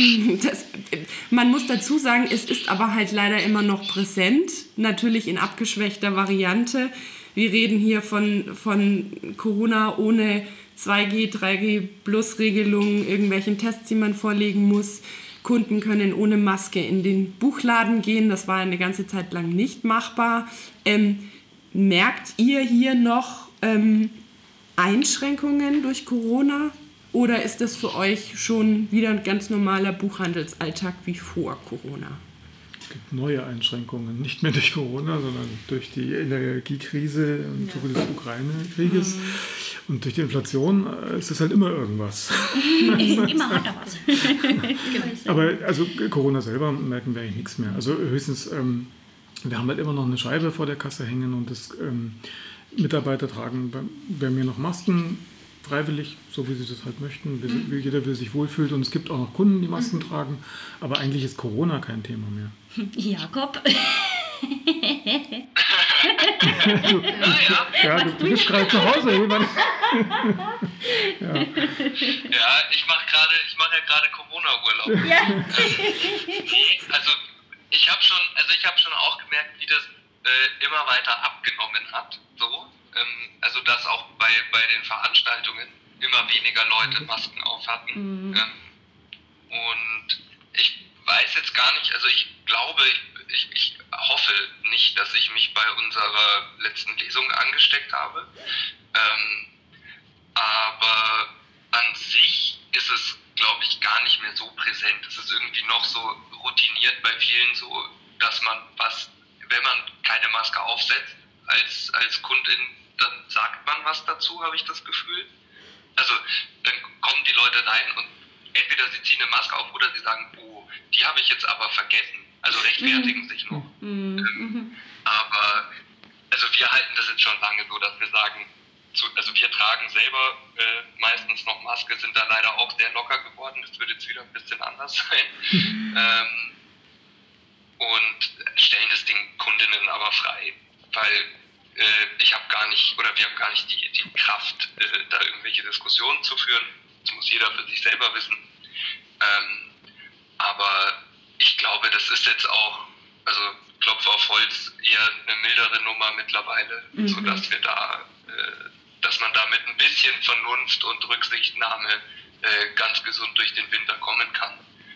Man muss dazu sagen, es ist aber halt leider immer noch präsent, natürlich in abgeschwächter Variante. Wir reden hier von Corona ohne 2G, 3G plus Regelungen, irgendwelchen Tests, die man vorlegen muss. Kunden können ohne Maske in den Buchladen gehen. Das war eine ganze Zeit lang nicht machbar. Merkt ihr hier noch Einschränkungen durch Corona oder ist das für euch schon wieder ein ganz normaler Buchhandelsalltag wie vor Corona? Es gibt neue Einschränkungen, nicht mehr durch Corona, sondern durch die Energiekrise im Zuge des Ukraine-Krieges und durch die Inflation ist es halt immer irgendwas. Immer hat er was. Aber also Corona selber merken wir eigentlich nichts mehr. Also höchstens, wir haben halt immer noch eine Scheibe vor der Kasse hängen und das Mitarbeiter tragen bei mir noch Masken, freiwillig, so wie sie das halt möchten, wie jeder sich wohlfühlt. Und es gibt auch noch Kunden, die Masken tragen. Aber eigentlich ist Corona kein Thema mehr. Jakob? Ja, du bist gerade zu Hause. Ja, ich mache ja gerade Corona-Urlaub. Ja. Also ich habe schon auch gemerkt, wie das immer weiter abgenommen hat. So, also dass auch bei den Veranstaltungen immer weniger Leute Masken auf hatten. Und ich weiß jetzt gar nicht, also ich glaube, ich hoffe nicht, dass ich mich bei unserer letzten Lesung angesteckt habe. Aber an sich ist es, glaube ich, gar nicht mehr so präsent. Es ist irgendwie noch so routiniert bei vielen so, dass man wenn man keine Maske aufsetzt als Kundin, dann sagt man was dazu, habe ich das Gefühl. Also dann kommen die Leute rein und entweder sie ziehen eine Maske auf oder sie sagen, oh, die habe ich jetzt aber vergessen. Also rechtfertigen sich noch. Aber also wir halten das jetzt schon lange so, dass wir sagen, also wir tragen selber meistens noch Maske, sind da leider auch sehr locker geworden. Das wird jetzt wieder ein bisschen anders sein. Und stellen das den Kundinnen aber frei, weil wir haben gar nicht die Kraft, da irgendwelche Diskussionen zu führen. Das muss jeder für sich selber wissen. Aber ich glaube, das ist jetzt auch, also Klopf auf Holz, eher eine mildere Nummer mittlerweile, sodass wir dass man da mit ein bisschen Vernunft und Rücksichtnahme ganz gesund durch den Winter kommen kann.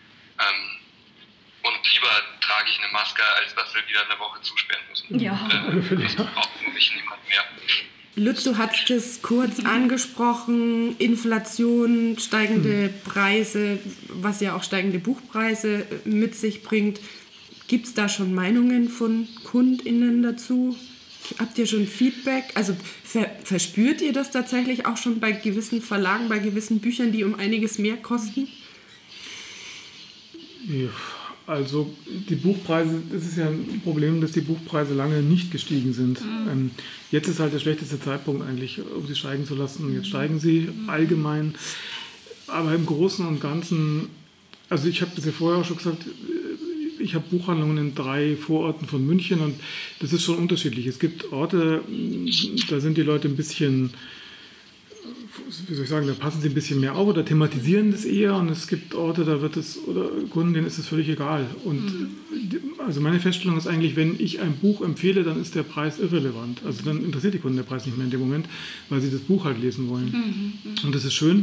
Und lieber trage ich eine Maske, als dass wir wieder eine Woche zusperren müssen. Ja. Das braucht nämlich niemand mehr. Lutz, du hast es kurz angesprochen, Inflation, steigende Preise, was ja auch steigende Buchpreise mit sich bringt. Gibt es da schon Meinungen von KundInnen dazu? Habt ihr schon Feedback? Also verspürt ihr das tatsächlich auch schon bei gewissen Verlagen, bei gewissen Büchern, die um einiges mehr kosten? Ja, also die Buchpreise, das ist ja ein Problem, dass die Buchpreise lange nicht gestiegen sind. Jetzt ist halt der schlechteste Zeitpunkt eigentlich, um sie steigen zu lassen. Jetzt steigen sie allgemein. Aber im Großen und Ganzen, also ich habe das ja vorher auch schon gesagt, ich habe Buchhandlungen in 3 Vororten von München und das ist schon unterschiedlich. Es gibt Orte, da sind die Leute ein bisschen, wie soll ich sagen, da passen sie ein bisschen mehr auf oder thematisieren das eher, und es gibt Orte, da wird es, oder Kunden, denen ist es völlig egal. Und also meine Feststellung ist eigentlich, wenn ich ein Buch empfehle, dann ist der Preis irrelevant. Also dann interessiert die Kunden der Preis nicht mehr in dem Moment, weil sie das Buch halt lesen wollen. Und das ist schön.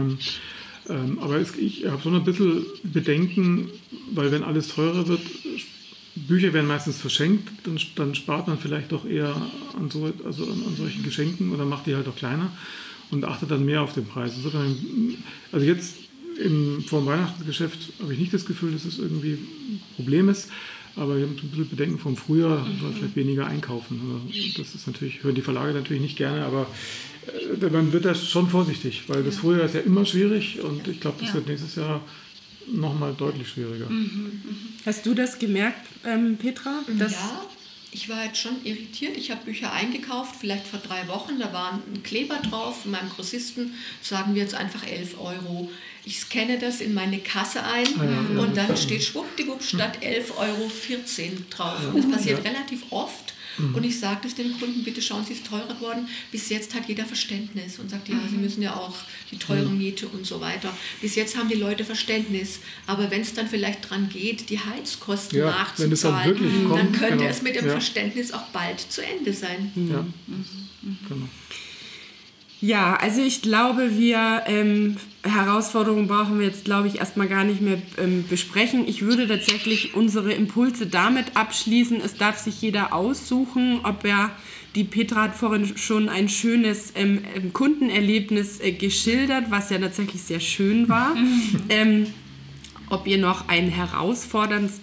Aber ich habe schon ein bisschen Bedenken, weil wenn alles teurer wird, Bücher werden meistens verschenkt, dann spart man vielleicht doch eher an solchen Geschenken oder macht die halt auch kleiner und achtet dann mehr auf den Preis. Insofern, also jetzt vor dem Weihnachtsgeschäft habe ich nicht das Gefühl, dass es irgendwie ein Problem ist, aber ich habe ein bisschen Bedenken vom Frühjahr, weil vielleicht weniger einkaufen. Also das ist natürlich, hören die Verlage natürlich nicht gerne, aber man wird da schon vorsichtig, weil das Frühjahr ist ja immer schwierig und ich glaube, das wird nächstes Jahr nochmal deutlich schwieriger. Hast du das gemerkt, Petra? Ja, ich war jetzt schon irritiert. Ich habe Bücher eingekauft, vielleicht vor 3 Wochen, da war ein Kleber drauf. Von meinem Grossisten sagen wir jetzt einfach 11 €. Ich scanne das in meine Kasse ein und dann steht schwuppdiwupp statt 11,14 € drauf. Das passiert relativ oft. Und ich sage es den Kunden, bitte schauen Sie, es ist teurer geworden. Bis jetzt hat jeder Verständnis und sagt, ja, Sie müssen ja auch die teure Miete und so weiter. Bis jetzt haben die Leute Verständnis. Aber wenn es dann vielleicht dran geht, die Heizkosten nachzuzahlen, dann könnte es mit dem Verständnis auch bald zu Ende sein. Ja, genau. Ja, also ich glaube, Herausforderungen brauchen wir jetzt, glaube ich, erstmal gar nicht mehr besprechen. Ich würde tatsächlich unsere Impulse damit abschließen. Es darf sich jeder aussuchen, die Petra hat vorhin schon ein schönes Kundenerlebnis geschildert, was ja tatsächlich sehr schön war. Ob ihr noch ein herausforderndes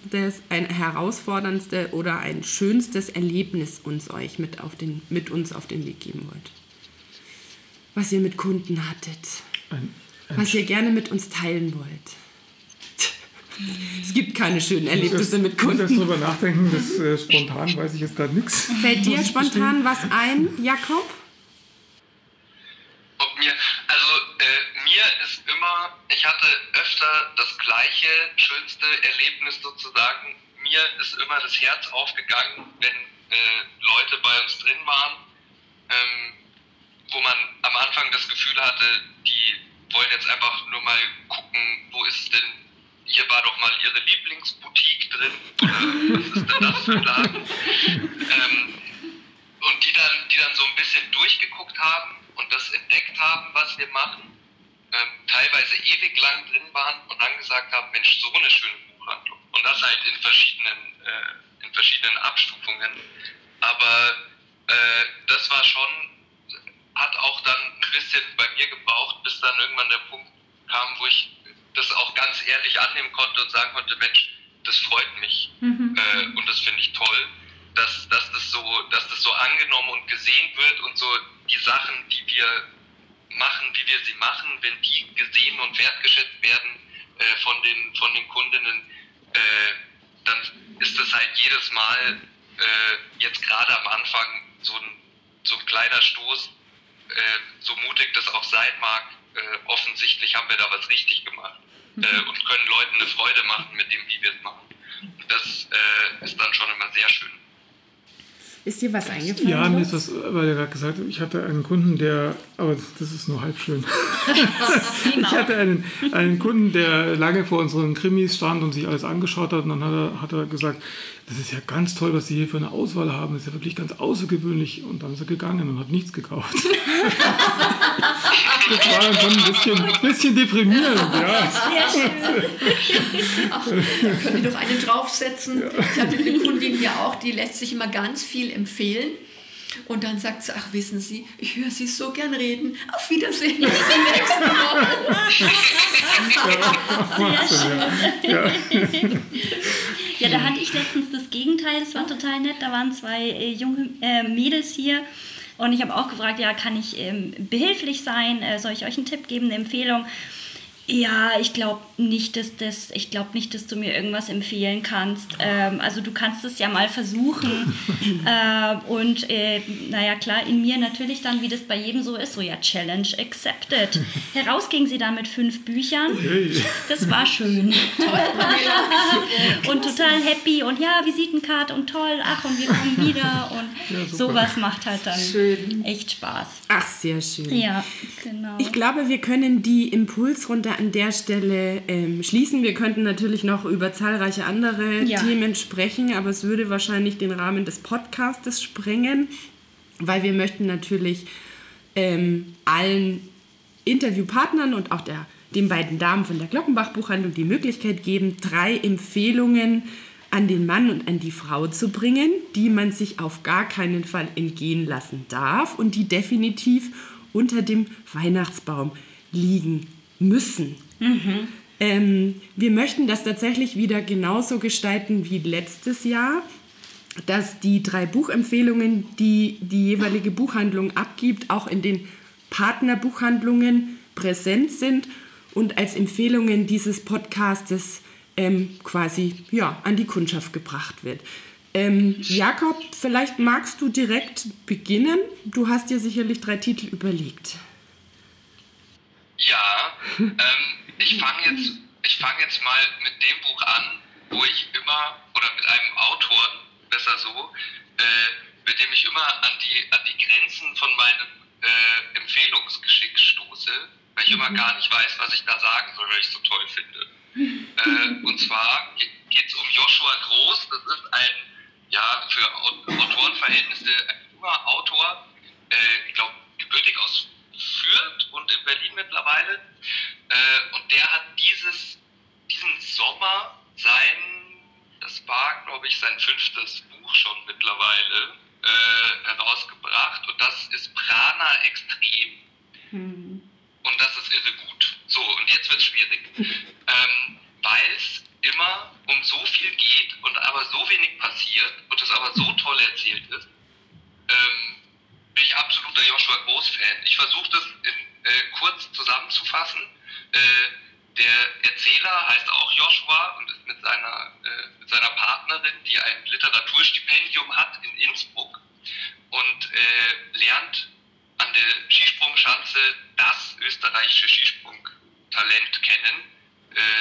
oder ein schönstes Erlebnis euch mit uns auf den Weg geben wollt. Was ihr mit Kunden hattet, was ihr gerne mit uns teilen wollt. Es gibt keine schönen Erlebnisse mit Kunden. Ich muss erst drüber nachdenken, spontan weiß ich jetzt gerade nichts. Fällt dir spontan was ein, Jakob? Mir ist immer, ich hatte öfter das gleiche, schönste Erlebnis sozusagen. Mir mir ist immer das Herz aufgegangen, wenn Leute bei uns drin waren, wo man am Anfang das Gefühl hatte, die wollen jetzt einfach nur mal gucken, wo ist denn, hier war doch mal ihre Lieblingsboutique drin, oder was ist denn das für ein Laden? Und die dann so ein bisschen durchgeguckt haben und das entdeckt haben, was wir machen, teilweise ewig lang drin waren und dann gesagt haben, Mensch, so eine schöne Buchhandlung. Und das halt in verschiedenen Abstufungen. Aber das war schon, hat auch dann ein bisschen bei mir gebraucht, bis dann irgendwann der Punkt kam, wo ich das auch ganz ehrlich annehmen konnte und sagen konnte, Mensch, das freut mich und das finde ich toll, dass das so angenommen und gesehen wird und so die Sachen, die wir machen, wie wir sie machen, wenn die gesehen und wertgeschätzt werden von den Kundinnen, dann ist es halt jedes Mal jetzt gerade am Anfang so ein kleiner Stoß, so mutig das auch sein mag, offensichtlich haben wir da was richtig gemacht und können Leuten eine Freude machen mit dem, wie wir es machen. Das ist dann schon immer sehr schön. Ist dir was eingefallen? Ja, mir ist das, weil er gerade gesagt hat, ich hatte einen Kunden, aber das ist nur halb schön. Ich hatte einen Kunden, der lange vor unseren Krimis stand und sich alles angeschaut hat, und dann hat er gesagt, das ist ja ganz toll, was Sie hier für eine Auswahl haben, das ist ja wirklich ganz außergewöhnlich, und dann ist er gegangen und hat nichts gekauft. Das war dann schon ein bisschen deprimierend. Ja. Sehr schön. Ach, da könnt ihr doch einen draufsetzen. Ich hatte eine Kundin ja auch, die lässt sich immer ganz viel empfehlen. Und dann sagt sie, ach wissen Sie, ich höre Sie so gern reden. Auf Wiedersehen, bis zum nächsten Mal. Sehr schön. Ja, da hatte ich letztens das Gegenteil, das war total nett. Da waren 2 junge Mädels hier und ich habe auch gefragt, ja, kann ich behilflich sein? Soll ich euch einen Tipp geben, eine Empfehlung? Ja, ich glaube nicht, dass du mir irgendwas empfehlen kannst. Also du kannst es ja mal versuchen. Und naja, klar, in mir natürlich dann, wie das bei jedem so ist, so ja, Challenge accepted. Heraus ging sie dann mit 5 Büchern. Das war schön. Und total happy und ja, Visitenkarte und toll, ach, und wir kommen wieder. Und ja, sowas macht halt dann echt Spaß. Ach, sehr schön. Ja, genau. Ich glaube, wir können die Impulsrunde an der Stelle schließen. Wir könnten natürlich noch über zahlreiche andere Themen sprechen, aber es würde wahrscheinlich den Rahmen des Podcastes sprengen, weil wir möchten natürlich allen Interviewpartnern und auch den beiden Damen von der Glockenbach-Buchhandlung die Möglichkeit geben, 3 Empfehlungen an den Mann und an die Frau zu bringen, die man sich auf gar keinen Fall entgehen lassen darf und die definitiv unter dem Weihnachtsbaum liegen müssen. Wir möchten das tatsächlich wieder genauso gestalten wie letztes Jahr, dass die 3 Buchempfehlungen, die die jeweilige Buchhandlung abgibt, auch in den Partnerbuchhandlungen präsent sind und als Empfehlungen dieses Podcastes quasi an die Kundschaft gebracht wird. Jakob, vielleicht magst du direkt beginnen. Du hast dir sicherlich 3 Titel überlegt. Ja, ich fange jetzt mal mit dem Buch an, wo ich immer, oder mit einem Autor, besser so, mit dem ich immer an die Grenzen von meinem Empfehlungsgeschick stoße, weil ich immer gar nicht weiß, was ich da sagen soll, weil ich es so toll finde. Und zwar geht es um Joshua Groß. Das ist für Autorenverhältnisse ein junger Autor, ich glaube gebürtig aus Fürth und in Berlin mittlerweile. Und der hat diesen Sommer das war glaube ich sein 5. Buch schon mittlerweile, herausgebracht, und das ist Prana Extrem. Und das ist irre gut. So, und jetzt wird es schwierig. Weil es immer um so viel geht und aber so wenig passiert und es aber so toll erzählt ist, bin ich absoluter Joshua Groß-Fan. Ich versuche das kurz zusammenzufassen. Der Erzähler heißt auch Joshua und ist mit seiner Partnerin, die ein Literaturstipendium hat in Innsbruck, und lernt an der Skisprungschanze das österreichische Skisprungtalent kennen,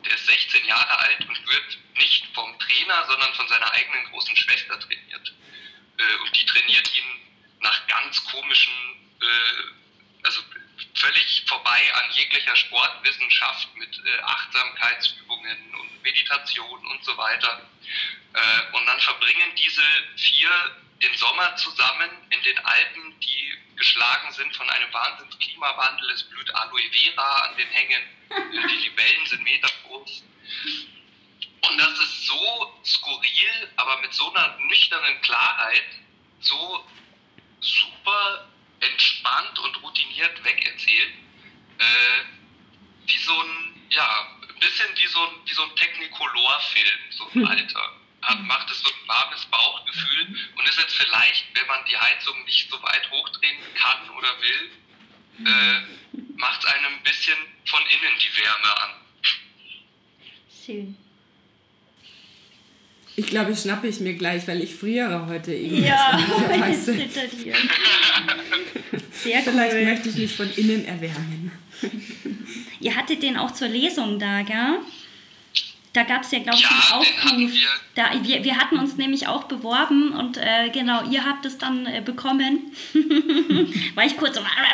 der ist 16 Jahre alt und wird nicht vom Trainer, sondern von seiner eigenen großen Schwester trainiert. Und die trainiert ihn nach ganz komischen, also völlig vorbei an jeglicher Sportwissenschaft mit Achtsamkeitsübungen und Meditation und so weiter. Und dann verbringen diese 4 den Sommer zusammen in den Alpen, die geschlagen sind von einem Wahnsinnsklimawandel. Es blüht Aloe Vera an den Hängen, die Libellen sind metergroß. Und das ist so skurril, aber mit so einer nüchternen Klarheit, so super entspannt und routiniert wegerzählt, wie so ein, ja, ein bisschen wie so ein Technicolor-Film, so ein alter. Macht es so ein warmes Bauchgefühl und ist jetzt vielleicht, wenn man die Heizung nicht so weit hochdrehen kann oder will, macht es einem ein bisschen von innen die Wärme an. Schön. Ich glaube, ich schnappe ich mir gleich, weil ich friere heute irgendwie. Ja, es zittert hier. Sehr cool. Vielleicht möchte ich mich von innen erwärmen. Ihr hattet den auch zur Lesung da, gell? Da gab es ja, glaube ich, einen Aufruf. Wir hatten uns nämlich auch beworben und genau, ihr habt es dann bekommen. War ich kurz so... Weil,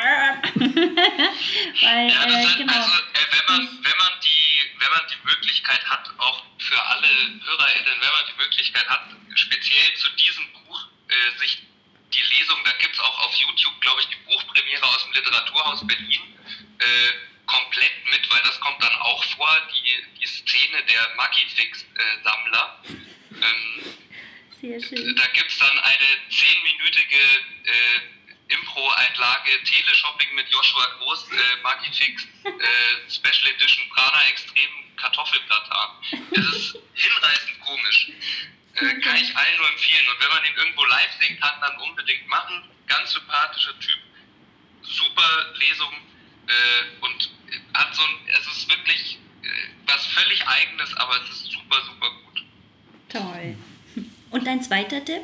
genau. Also, wenn man die Möglichkeit hat, auch für alle HörerInnen, wenn man die Möglichkeit hat, speziell zu diesem Buch sich die Lesung, da gibt es auch auf YouTube, glaube ich, die Buchpremiere aus dem Literaturhaus Berlin, komplett mit, weil das kommt dann auch vor, die Szene der Magifix-Sammler. Sehr schön. Da gibt es dann eine 10-minütige Impro-Einlage Teleshopping mit Joshua Groß, Magifix, Special Edition Prana Extrem Kartoffelplatin. Es ist hinreißend komisch. Kann ich allen nur empfehlen. Und wenn man ihn irgendwo live sehen kann, dann unbedingt machen. Ganz sympathischer Typ. Super Lesung. Und hat so ein, es ist wirklich was völlig Eigenes, aber es ist super, super gut. Toll. Und dein zweiter Tipp?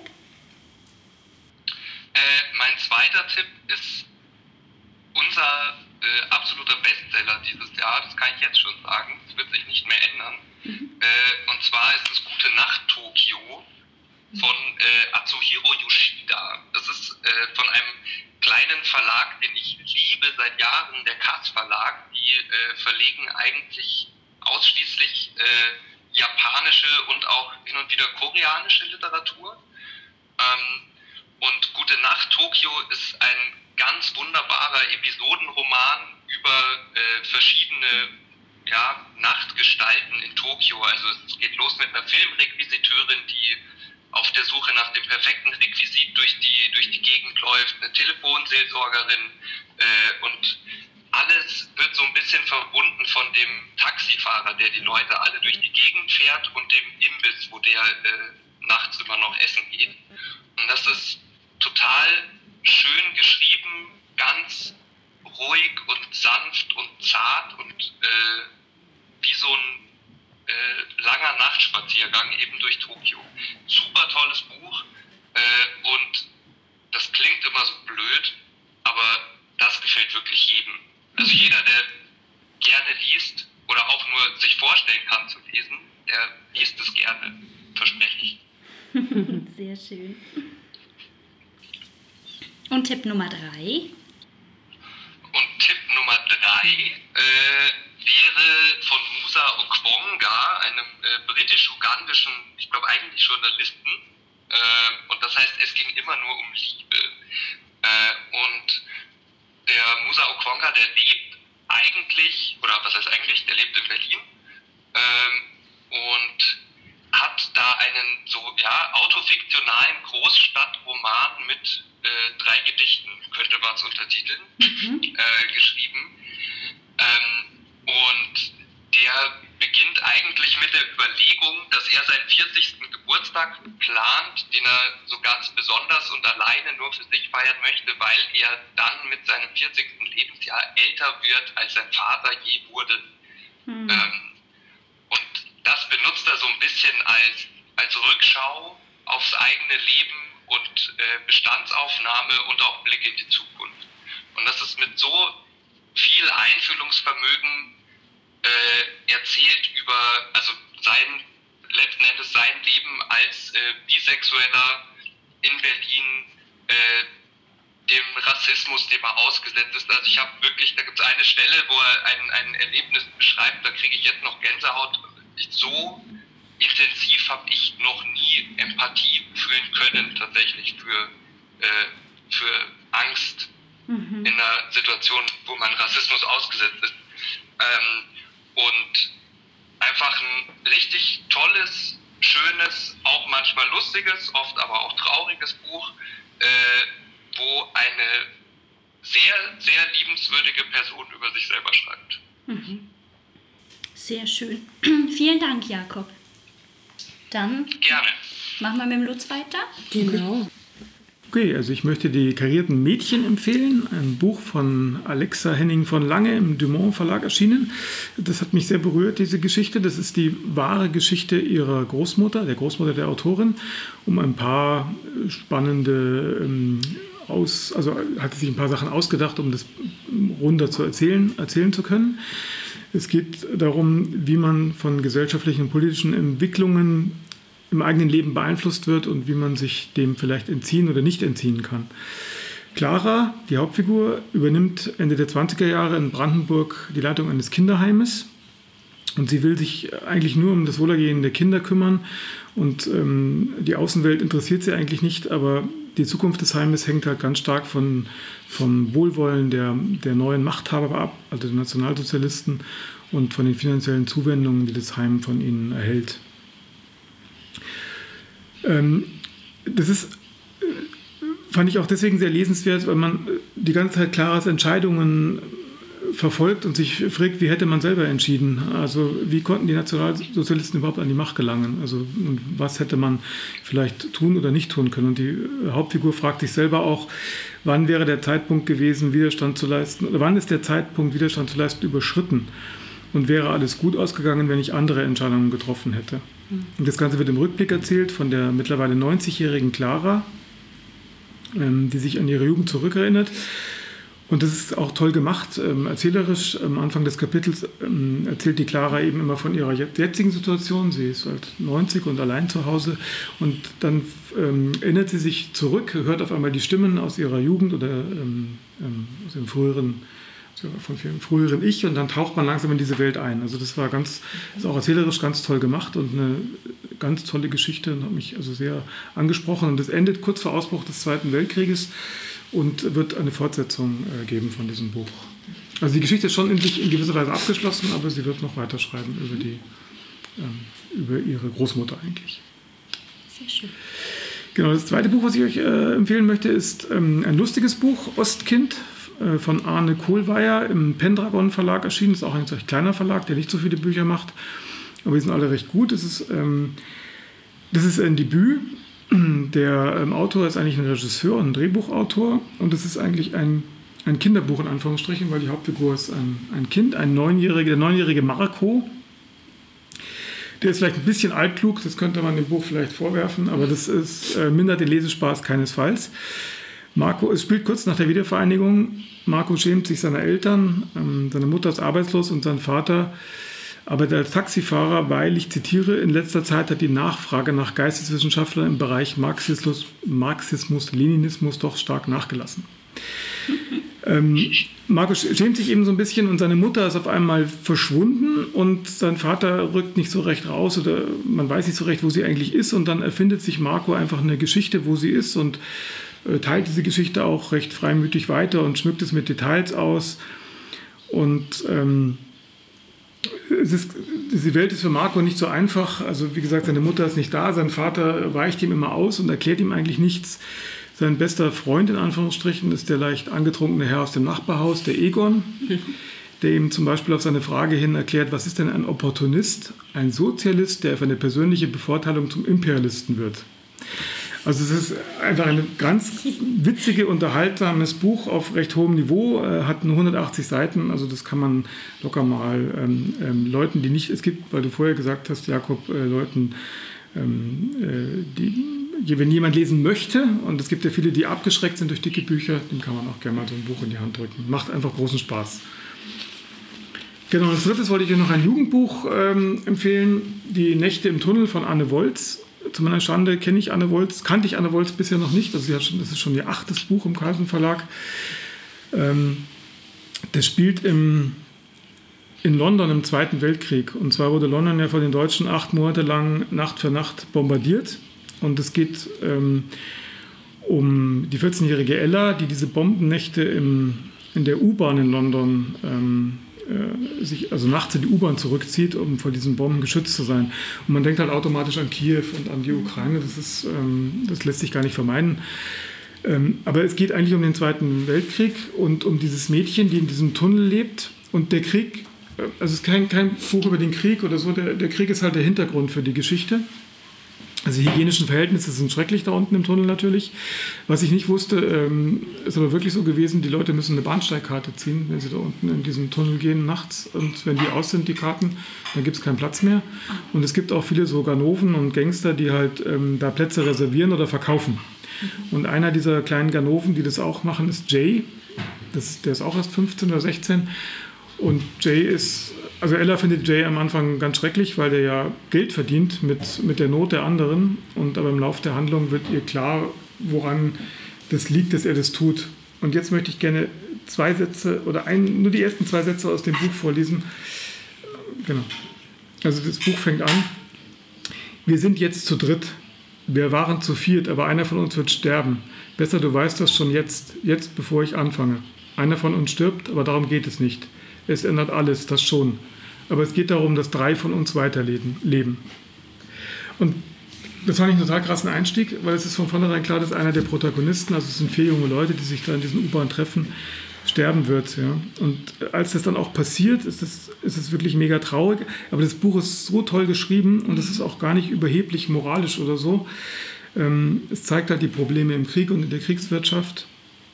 Mein zweiter Tipp ist unser absoluter Bestseller dieses Jahr, das kann ich jetzt schon sagen, das wird sich nicht mehr ändern. Und zwar ist es Gute Nacht Tokio von Atsuhiro Yoshida. Das ist von einem kleinen Verlag, den ich liebe seit Jahren, der Kass Verlag. Die verlegen eigentlich ausschließlich japanische und auch hin und wieder koreanische Literatur. Und Gute Nacht Tokio ist ein ganz wunderbarer Episodenroman über verschiedene Nachtgestalten in Tokio. Also es geht los mit einer Filmrequisiteurin, die auf der Suche nach dem perfekten Requisit durch die Gegend läuft, eine Telefonseelsorgerin und alles wird so ein bisschen verbunden von dem Taxifahrer, der die Leute alle durch die Gegend fährt und dem Imbiss, wo der nachts immer noch essen geht. Und das ist total schön geschrieben, ganz ruhig und sanft und zart und wie so ein langer Nachtspaziergang eben durch Tokio. Super tolles Buch und das klingt immer so blöd, aber das gefällt wirklich jedem. Also jeder, der gerne liest oder auch nur sich vorstellen kann zu lesen, der liest es gerne, verspreche ich. Sehr schön. Und Tipp Nummer 3? Und Tipp Nummer 3 wäre von Musa Okwonga, einem britisch-ugandischen, ich glaube eigentlich Journalisten. Und das heißt, es ging immer nur um Liebe. Und der Musa Okwonga, der lebt eigentlich, oder was heißt eigentlich, der lebt in Berlin und hat da einen so autofiktionalen Großstadtroman mit 3 Gedichten, könnte man es untertiteln, geschrieben. Und der beginnt eigentlich mit der Überlegung, dass er seinen 40. Geburtstag plant, den er so ganz besonders und alleine nur für sich feiern möchte, weil er dann mit seinem 40. Lebensjahr älter wird, als sein Vater je wurde. Und das benutzt er so ein bisschen als Rückschau aufs eigene Leben und Bestandsaufnahme und auch Blick in die Zukunft. Und das ist mit so viel Einfühlungsvermögen erzählt über, also letzten Endes sein Leben als Bisexueller in Berlin, dem Rassismus, dem er ausgesetzt ist. Also ich habe wirklich, da gibt es eine Stelle, wo er ein Erlebnis beschreibt, da kriege ich jetzt noch Gänsehaut. So intensiv habe ich noch nie Empathie fühlen können, tatsächlich für Angst in einer Situation, wo man Rassismus ausgesetzt ist. Und einfach ein richtig tolles, schönes, auch manchmal lustiges, oft aber auch trauriges Buch, wo eine sehr, sehr liebenswürdige Person über sich selber schreibt. Sehr schön. Vielen Dank, Jakob. Dann Gerne. machen wir mit dem Lutz weiter. Genau. Okay, also ich möchte die Karierten Mädchen empfehlen, ein Buch von Alexa Henning von Lange im Dumont Verlag erschienen. Das hat mich sehr berührt, diese Geschichte. Das ist die wahre Geschichte ihrer Großmutter, der Großmutter der Autorin, um ein paar spannende also hat sie sich ein paar Sachen ausgedacht, um das runder zu erzählen zu können. Es geht darum, wie man von gesellschaftlichen und politischen Entwicklungen im eigenen Leben beeinflusst wird und wie man sich dem vielleicht entziehen oder nicht entziehen kann. Clara, die Hauptfigur, übernimmt Ende der 20er Jahre in Brandenburg die Leitung eines Kinderheimes und sie will sich eigentlich nur um das Wohlergehen der Kinder kümmern und die Außenwelt interessiert sie eigentlich nicht, aber die Zukunft des Heimes hängt halt ganz stark vom Wohlwollen der neuen Machthaber ab, also der Nationalsozialisten, und von den finanziellen Zuwendungen, die das Heim von ihnen erhält. Das fand ich auch deswegen sehr lesenswert, weil man die ganze Zeit Claras Entscheidungen verfolgt und sich fragt, wie hätte man selber entschieden? Also wie konnten die Nationalsozialisten überhaupt an die Macht gelangen? Also und was hätte man vielleicht tun oder nicht tun können? Und die Hauptfigur fragt sich selber auch, wann wäre der Zeitpunkt gewesen, Widerstand zu leisten, oder wann ist der Zeitpunkt, Widerstand zu leisten, überschritten? Und wäre alles gut ausgegangen, wenn ich andere Entscheidungen getroffen hätte? Und das Ganze wird im Rückblick erzählt von der mittlerweile 90-jährigen Clara, die sich an ihre Jugend zurückerinnert. Und das ist auch toll gemacht, erzählerisch. Am Anfang des Kapitels erzählt die Clara eben immer von ihrer jetzigen Situation. Sie ist halt 90 und allein zu Hause. Und dann erinnert sie sich zurück, hört auf einmal die Stimmen aus ihrer Jugend oder aus dem früheren Ich, und dann taucht man langsam in diese Welt ein. Also das ist auch erzählerisch ganz toll gemacht und eine ganz tolle Geschichte und hat mich also sehr angesprochen. Und es endet kurz vor Ausbruch des Zweiten Weltkrieges und wird eine Fortsetzung geben von diesem Buch. Also die Geschichte ist schon in sich in gewisser Weise abgeschlossen, aber sie wird noch weiterschreiben über ihre Großmutter eigentlich. Sehr schön. Genau, das zweite Buch, was ich euch empfehlen möchte, ist ein lustiges Buch, Ostkind, von Arne Kohlweier im Pendragon Verlag erschienen. Das ist auch ein recht kleiner Verlag, der nicht so viele Bücher macht, aber die sind alle recht gut. Das ist ein Debüt. Der Autor ist eigentlich ein Regisseur und ein Drehbuchautor, und es ist eigentlich ein Kinderbuch in Anführungsstrichen, weil die Hauptfigur ist ein Kind, der 9-jährige Marco. Der ist vielleicht ein bisschen altklug, das könnte man dem Buch vielleicht vorwerfen, aber das mindert den Lesespaß keinesfalls. Es spielt kurz nach der Wiedervereinigung. Marco schämt sich seiner Eltern, seine Mutter ist arbeitslos und sein Vater arbeitet als Taxifahrer, weil, ich zitiere, in letzter Zeit hat die Nachfrage nach Geisteswissenschaftlern im Bereich Marxismus, Leninismus doch stark nachgelassen. Marco schämt sich eben so ein bisschen und seine Mutter ist auf einmal verschwunden und sein Vater rückt nicht so recht raus oder man weiß nicht so recht, wo sie eigentlich ist, und dann erfindet sich Marco einfach eine Geschichte, wo sie ist, und teilt diese Geschichte auch recht freimütig weiter und schmückt es mit Details aus. Und die Welt ist für Marco nicht so einfach. Also wie gesagt, seine Mutter ist nicht da, sein Vater weicht ihm immer aus und erklärt ihm eigentlich nichts. Sein bester Freund, in Anführungsstrichen, ist der leicht angetrunkene Herr aus dem Nachbarhaus, der Egon, der ihm zum Beispiel auf seine Frage hin erklärt, was ist denn ein Opportunist? Ein Sozialist, der für eine persönliche Bevorteilung zum Imperialisten wird. Also es ist einfach ein ganz witzige, unterhaltsames Buch auf recht hohem Niveau, hat nur 180 Seiten, also das kann man locker mal Leuten, die nicht, es gibt, weil du vorher gesagt hast, Jakob, Leuten, wenn jemand lesen möchte, und es gibt ja viele, die abgeschreckt sind durch dicke Bücher, dem kann man auch gerne mal so ein Buch in die Hand drücken. Macht einfach großen Spaß. Genau, als drittes wollte ich euch noch ein Jugendbuch empfehlen, Die Nächte im Tunnel von Anne Wolz. Zu meiner Schande kannte ich Anne Wolz bisher noch nicht. Also das ist schon ihr 8. Buch im Carlsen Verlag. Das spielt in London im Zweiten Weltkrieg. Und zwar wurde London ja von den Deutschen 8 Monate lang Nacht für Nacht bombardiert. Und es geht um die 14-jährige Ella, die diese Bombennächte in der U-Bahn in London sich also nachts in die U-Bahn zurückzieht, um vor diesen Bomben geschützt zu sein. Und man denkt halt automatisch an Kiew und an die Ukraine. Das lässt sich gar nicht vermeiden. Aber es geht eigentlich um den Zweiten Weltkrieg und um dieses Mädchen, die in diesem Tunnel lebt. Und der Krieg, also es ist kein Buch über den Krieg oder so, der Krieg ist halt der Hintergrund für die Geschichte. Also die hygienischen Verhältnisse sind schrecklich da unten im Tunnel natürlich. Was ich nicht wusste, ist aber wirklich so gewesen, die Leute müssen eine Bahnsteigkarte ziehen, wenn sie da unten in diesen Tunnel gehen nachts. Und wenn die aus sind, die Karten, dann gibt es keinen Platz mehr. Und es gibt auch viele so Ganoven und Gangster, die halt da Plätze reservieren oder verkaufen. Und einer dieser kleinen Ganoven, die das auch machen, ist Jay. Der ist auch erst 15 oder 16. Und Ella findet Jay am Anfang ganz schrecklich, weil der ja Geld verdient mit der Not der anderen. Aber im Laufe der Handlung wird ihr klar, woran das liegt, dass er das tut. Und jetzt möchte ich gerne 2 Sätze oder nur die ersten 2 Sätze aus dem Buch vorlesen. Genau. Also das Buch fängt an. Wir sind jetzt zu dritt. Wir waren zu 4, aber einer von uns wird sterben. Besser, du weißt das schon jetzt bevor ich anfange. Einer von uns stirbt, aber darum geht es nicht. Es ändert alles, das schon. Aber es geht darum, dass 3 von uns weiterleben. Und das fand ich einen total krassen Einstieg, weil es ist von vornherein klar, dass einer der Protagonisten, also es sind 4 junge Leute, die sich da in diesen U-Bahn treffen, sterben wird. Ja. Und als das dann auch passiert, ist es wirklich mega traurig. Aber das Buch ist so toll geschrieben und es ist auch gar nicht überheblich moralisch oder so. Es zeigt halt die Probleme im Krieg und in der Kriegswirtschaft.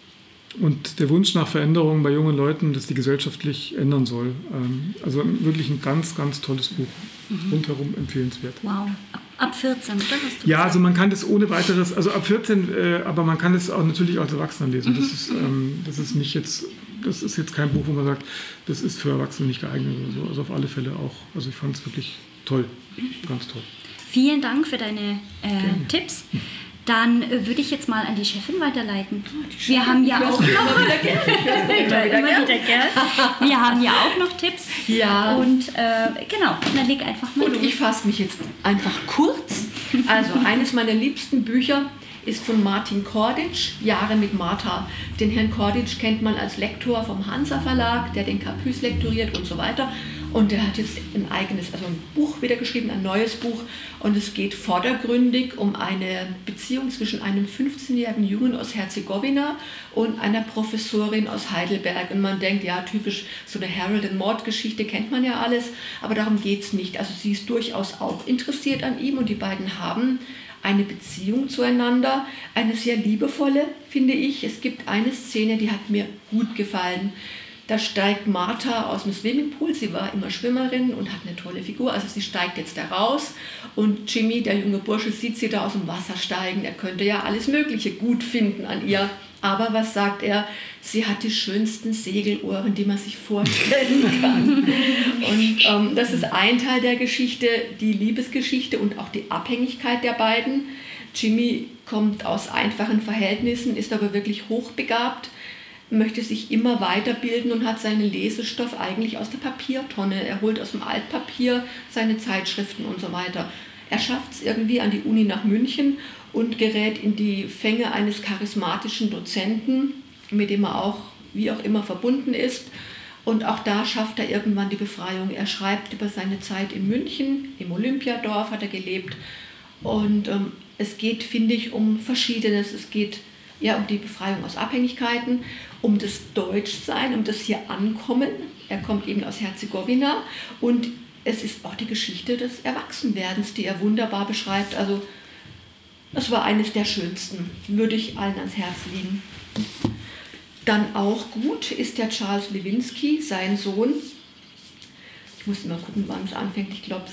Und der Wunsch nach Veränderung bei jungen Leuten, dass die gesellschaftlich ändern soll. Also wirklich ein ganz, ganz tolles Buch. Rundherum empfehlenswert. Wow. Ab 14, oder? Hast du ja, gesagt? also man kann das ohne weiteres, also ab 14, aber man kann es auch natürlich als Erwachsener lesen. Das ist jetzt kein Buch, wo man sagt, das ist für Erwachsene nicht geeignet oder so. Also auf alle Fälle auch. Also ich fand es wirklich toll. Ganz toll. Vielen Dank für deine Tipps. Dann würde ich jetzt mal an die Chefin weiterleiten. Wir haben ja auch noch Wir haben ja auch noch Tipps. Ja. Und genau, dann leg einfach mal los. Und ich fasse mich jetzt einfach kurz. Also eines meiner liebsten Bücher ist von Martin Korditsch, Jahre mit Martha. Den Herrn Korditsch kennt man als Lektor vom Hansa Verlag, der den Capus lektoriert und so weiter. Und der hat jetzt ein Buch wieder geschrieben, ein neues Buch. Und es geht vordergründig um eine Beziehung zwischen einem 15-jährigen Jungen aus Herzegowina und einer Professorin aus Heidelberg. Und man denkt, ja, typisch so eine Harold-and-Maude-Geschichte kennt man ja alles. Aber darum geht es nicht. Also sie ist durchaus auch interessiert an ihm und die beiden haben eine Beziehung zueinander, eine sehr liebevolle, finde ich. Es gibt eine Szene, die hat mir gut gefallen. Da steigt Martha aus dem Swimmingpool, sie war immer Schwimmerin und hat eine tolle Figur, also sie steigt jetzt da raus und Jimmy, der junge Bursche, sieht sie da aus dem Wasser steigen, er könnte ja alles Mögliche gut finden an ihr, aber was sagt er? Sie hat die schönsten Segelohren, die man sich vorstellen kann. Und das ist ein Teil der Geschichte, die Liebesgeschichte und auch die Abhängigkeit der beiden. Jimmy kommt aus einfachen Verhältnissen, ist aber wirklich hochbegabt, möchte sich immer weiterbilden und hat seinen Lesestoff eigentlich aus der Papiertonne. Er holt aus dem Altpapier seine Zeitschriften und so weiter. Er schafft es irgendwie an die Uni nach München und gerät in die Fänge eines charismatischen Dozenten, mit dem er auch, wie auch immer, verbunden ist. Und auch da schafft er irgendwann die Befreiung. Er schreibt über seine Zeit in München, im Olympiadorf hat er gelebt. Und es geht, finde ich, um Verschiedenes. Es geht ja um die Befreiung aus Abhängigkeiten, um das Deutschsein, um das hier Ankommen. Er kommt eben aus Herzegowina und es ist auch die Geschichte des Erwachsenwerdens, die er wunderbar beschreibt. Also das war eines der schönsten, würde ich allen ans Herz legen. Dann auch gut ist der Charles Lewinsky, sein Sohn. Ich muss mal gucken, wann es anfängt. Ich glaube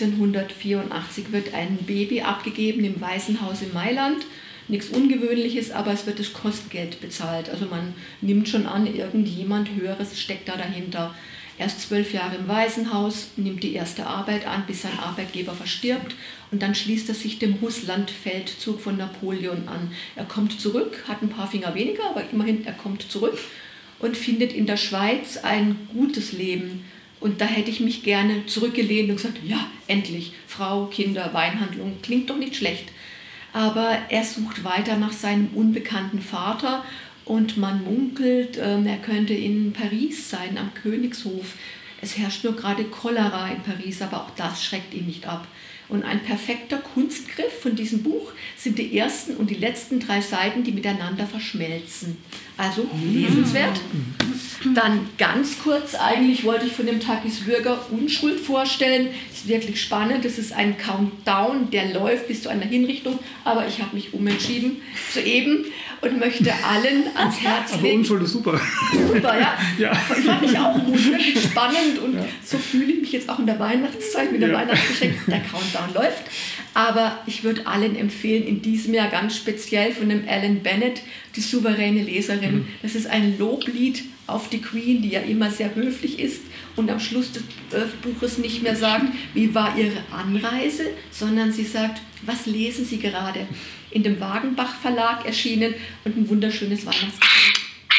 1784 wird ein Baby abgegeben im Waisenhaus in Mailand. Nichts Ungewöhnliches, aber es wird das Kostgeld bezahlt. Also man nimmt schon an, irgendjemand Höheres steckt da dahinter. Er ist 12 Jahre im Waisenhaus, nimmt die erste Arbeit an, bis sein Arbeitgeber verstirbt. Und dann schließt er sich dem Russlandfeldzug von Napoleon an. Er kommt zurück, hat ein paar Finger weniger, aber immerhin, er kommt zurück und findet in der Schweiz ein gutes Leben. Und da hätte ich mich gerne zurückgelehnt und gesagt, ja, endlich, Frau, Kinder, Weinhandlung, klingt doch nicht schlecht. Aber er sucht weiter nach seinem unbekannten Vater und man munkelt, er könnte in Paris sein, am Königshof. Es herrscht nur gerade Cholera in Paris, aber auch das schreckt ihn nicht ab. Und ein perfekter Kunstgriff von diesem Buch sind die ersten und die letzten 3 Seiten, die miteinander verschmelzen. Also lesenswert. Dann ganz kurz, eigentlich wollte ich von dem Takis Bürger Unschuld vorstellen. Ist wirklich spannend. Das ist ein Countdown, der läuft bis zu einer Hinrichtung. Aber ich habe mich umentschieden soeben und möchte allen ans Herz legen. Aber Unschuld ist super. Super, ja. Ja. Fand ich auch gut, wirklich spannend. Und so fühle ich mich jetzt auch in der Weihnachtszeit mit dem Weihnachtsgeschenk. Der Countdown läuft. Aber ich würde allen empfehlen, in diesem Jahr ganz speziell von dem Alan Bennett, die souveräne Leserin. Das ist ein Loblied auf die Queen, die ja immer sehr höflich ist und am Schluss des Buches nicht mehr sagt, wie war Ihre Anreise, sondern sie sagt, was lesen Sie gerade? In dem Wagenbach Verlag erschienen und ein wunderschönes Weihnachtsgeschenk.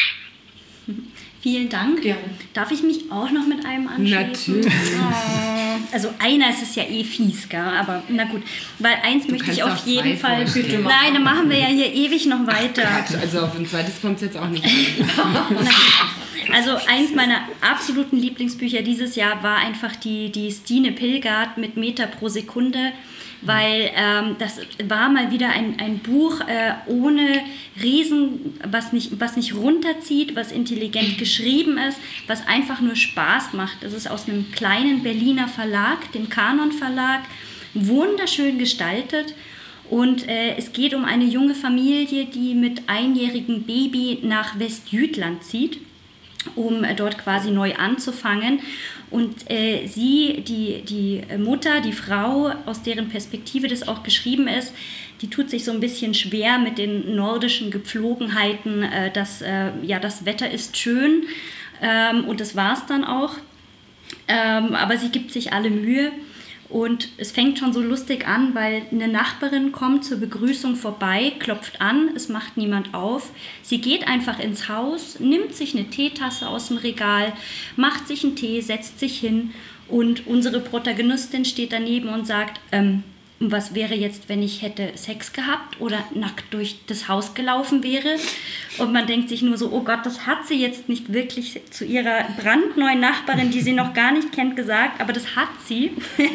Vielen Dank. Ja. Darf ich mich auch noch mit einem anschließen? Natürlich. Oh. Also einer ist es ja eh fies, gell? Aber na gut. Weil eins möchte ich auf jeden Fall... Nein, dann machen wir ja hier ewig noch weiter. Quatsch, also auf ein zweites kommt es jetzt auch nicht an. Also eins meiner absoluten Lieblingsbücher dieses Jahr war einfach die Stine Pilgard mit Meter pro Sekunde, weil das war mal wieder ein Buch ohne Riesen, was nicht runterzieht, was intelligent geschrieben ist, was einfach nur Spaß macht. Es ist aus einem kleinen Berliner Verlag, dem Kanon Verlag, wunderschön gestaltet. Und es geht um eine junge Familie, die mit einjährigem Baby nach Westjütland zieht, um dort quasi neu anzufangen. Und sie, die Mutter, die Frau, aus deren Perspektive das auch geschrieben ist, die tut sich so ein bisschen schwer mit den nordischen Gepflogenheiten, dass das Wetter ist schön und das war es dann auch. Aber sie gibt sich alle Mühe. Und es fängt schon so lustig an, weil eine Nachbarin kommt zur Begrüßung vorbei, klopft an, es macht niemand auf. Sie geht einfach ins Haus, nimmt sich eine Teetasse aus dem Regal, macht sich einen Tee, setzt sich hin und unsere Protagonistin steht daneben und sagt, was wäre jetzt, wenn ich hätte Sex gehabt oder nackt durch das Haus gelaufen wäre? Und man denkt sich nur so, oh Gott, das hat sie jetzt nicht wirklich zu ihrer brandneuen Nachbarin, die sie noch gar nicht kennt, gesagt, aber das hat sie.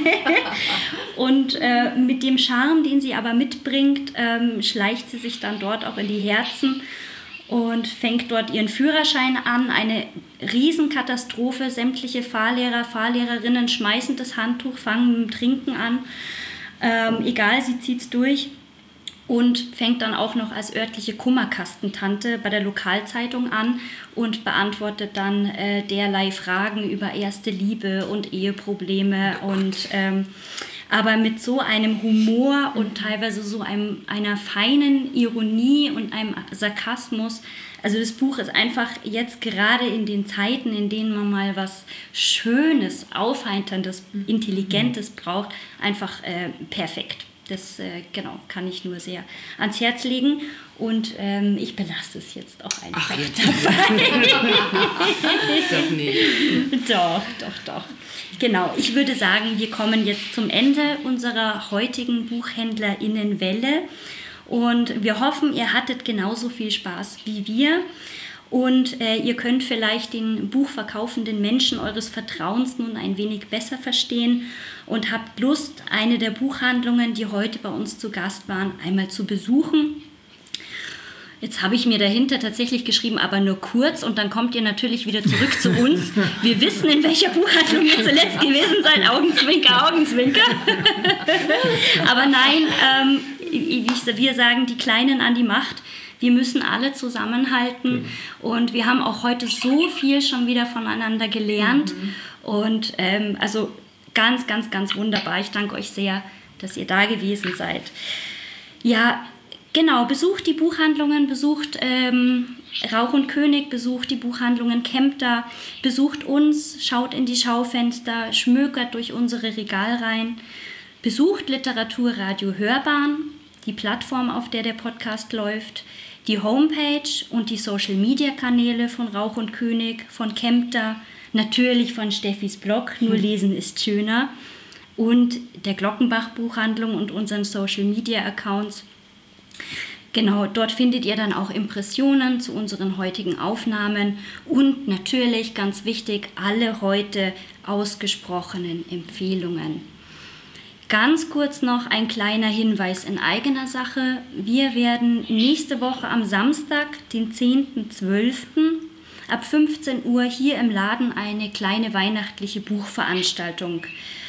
Und mit dem Charme, den sie aber mitbringt, schleicht sie sich dann dort auch in die Herzen und fängt dort ihren Führerschein an. Eine Riesenkatastrophe, sämtliche Fahrlehrer, Fahrlehrerinnen schmeißen das Handtuch, fangen mit dem Trinken an. Egal, sie zieht es durch und fängt dann auch noch als örtliche Kummerkastentante bei der Lokalzeitung an und beantwortet dann derlei Fragen über erste Liebe und Eheprobleme und aber mit so einem Humor und teilweise so einer feinen Ironie und einem Sarkasmus. Also das Buch ist einfach jetzt gerade in den Zeiten, in denen man mal was Schönes, Aufheiterndes, Intelligentes braucht, einfach perfekt. Das kann ich nur sehr ans Herz legen und ich belasse es jetzt auch einfach dabei. Doch nicht. Doch. Genau, ich würde sagen, wir kommen jetzt zum Ende unserer heutigen BuchhändlerInnen-Welle. Und wir hoffen, ihr hattet genauso viel Spaß wie wir und ihr könnt vielleicht den buchverkaufenden Menschen eures Vertrauens nun ein wenig besser verstehen und habt Lust, eine der Buchhandlungen, die heute bei uns zu Gast waren, einmal zu besuchen. Jetzt habe ich mir dahinter tatsächlich geschrieben, aber nur kurz und dann kommt ihr natürlich wieder zurück zu uns. Wir wissen, in welcher Buchhandlung ihr zuletzt gewesen seid. Augenzwinker, Augenzwinker. Aber nein, wir sagen, die Kleinen an die Macht. Wir müssen alle zusammenhalten und wir haben auch heute so viel schon wieder voneinander gelernt und also ganz, ganz, ganz wunderbar. Ich danke euch sehr, dass ihr da gewesen seid. Ja, Genau, besucht die Buchhandlungen, besucht Rauch und König, besucht die Buchhandlungen Kempter, besucht uns, schaut in die Schaufenster, schmökert durch unsere Regalreihen, besucht Literaturradio Hörbahn, die Plattform, auf der der Podcast läuft, die Homepage und die Social-Media-Kanäle von Rauch und König, von Kempter, natürlich von Steffis Blog, nur lesen ist schöner, und der Glockenbach-Buchhandlung und unseren Social-Media-Accounts. Genau, dort findet ihr dann auch Impressionen zu unseren heutigen Aufnahmen und natürlich, ganz wichtig, alle heute ausgesprochenen Empfehlungen. Ganz kurz noch ein kleiner Hinweis in eigener Sache. Wir werden nächste Woche am Samstag, den 10.12. ab 15 Uhr hier im Laden eine kleine weihnachtliche Buchveranstaltung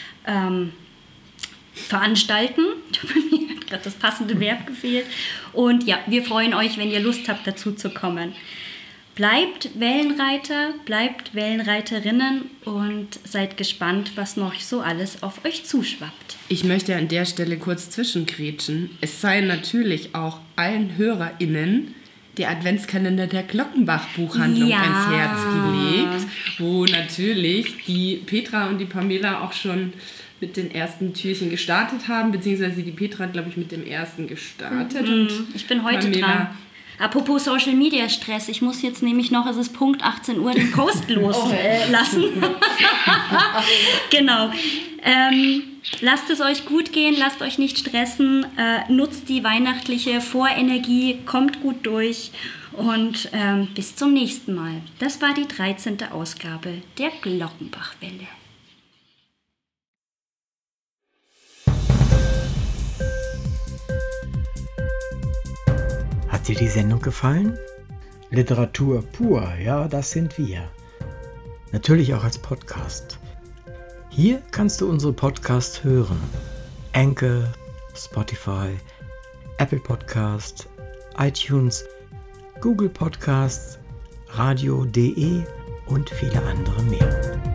veranstalten. Mir hat gerade das passende Verb gefehlt. Und ja, wir freuen euch, wenn ihr Lust habt, dazu zu kommen. Bleibt Wellenreiter, bleibt Wellenreiterinnen und seid gespannt, was noch so alles auf euch zuschwappt. Ich möchte an der Stelle kurz zwischengrätschen. Es sei natürlich auch allen HörerInnen der Adventskalender der Glockenbach-Buchhandlung ans Herz gelegt, wo natürlich die Petra und die Pamela auch schon mit den ersten Türchen gestartet haben, beziehungsweise die Petra hat, glaube ich, mit dem ersten gestartet. Und ich bin heute dran. Apropos Social Media Stress, ich muss jetzt nämlich noch, es ist Punkt 18 Uhr, den Post loslassen. Genau. Lasst es euch gut gehen, lasst euch nicht stressen, nutzt die weihnachtliche Vorenergie, kommt gut durch und bis zum nächsten Mal. Das war die 13. Ausgabe der Glockenbachwelle. Hat dir die Sendung gefallen? Literatur pur, ja, das sind wir. Natürlich auch als Podcast. Hier kannst du unsere Podcasts hören. Anchor, Spotify, Apple Podcast, iTunes, Google Podcasts, radio.de und viele andere mehr.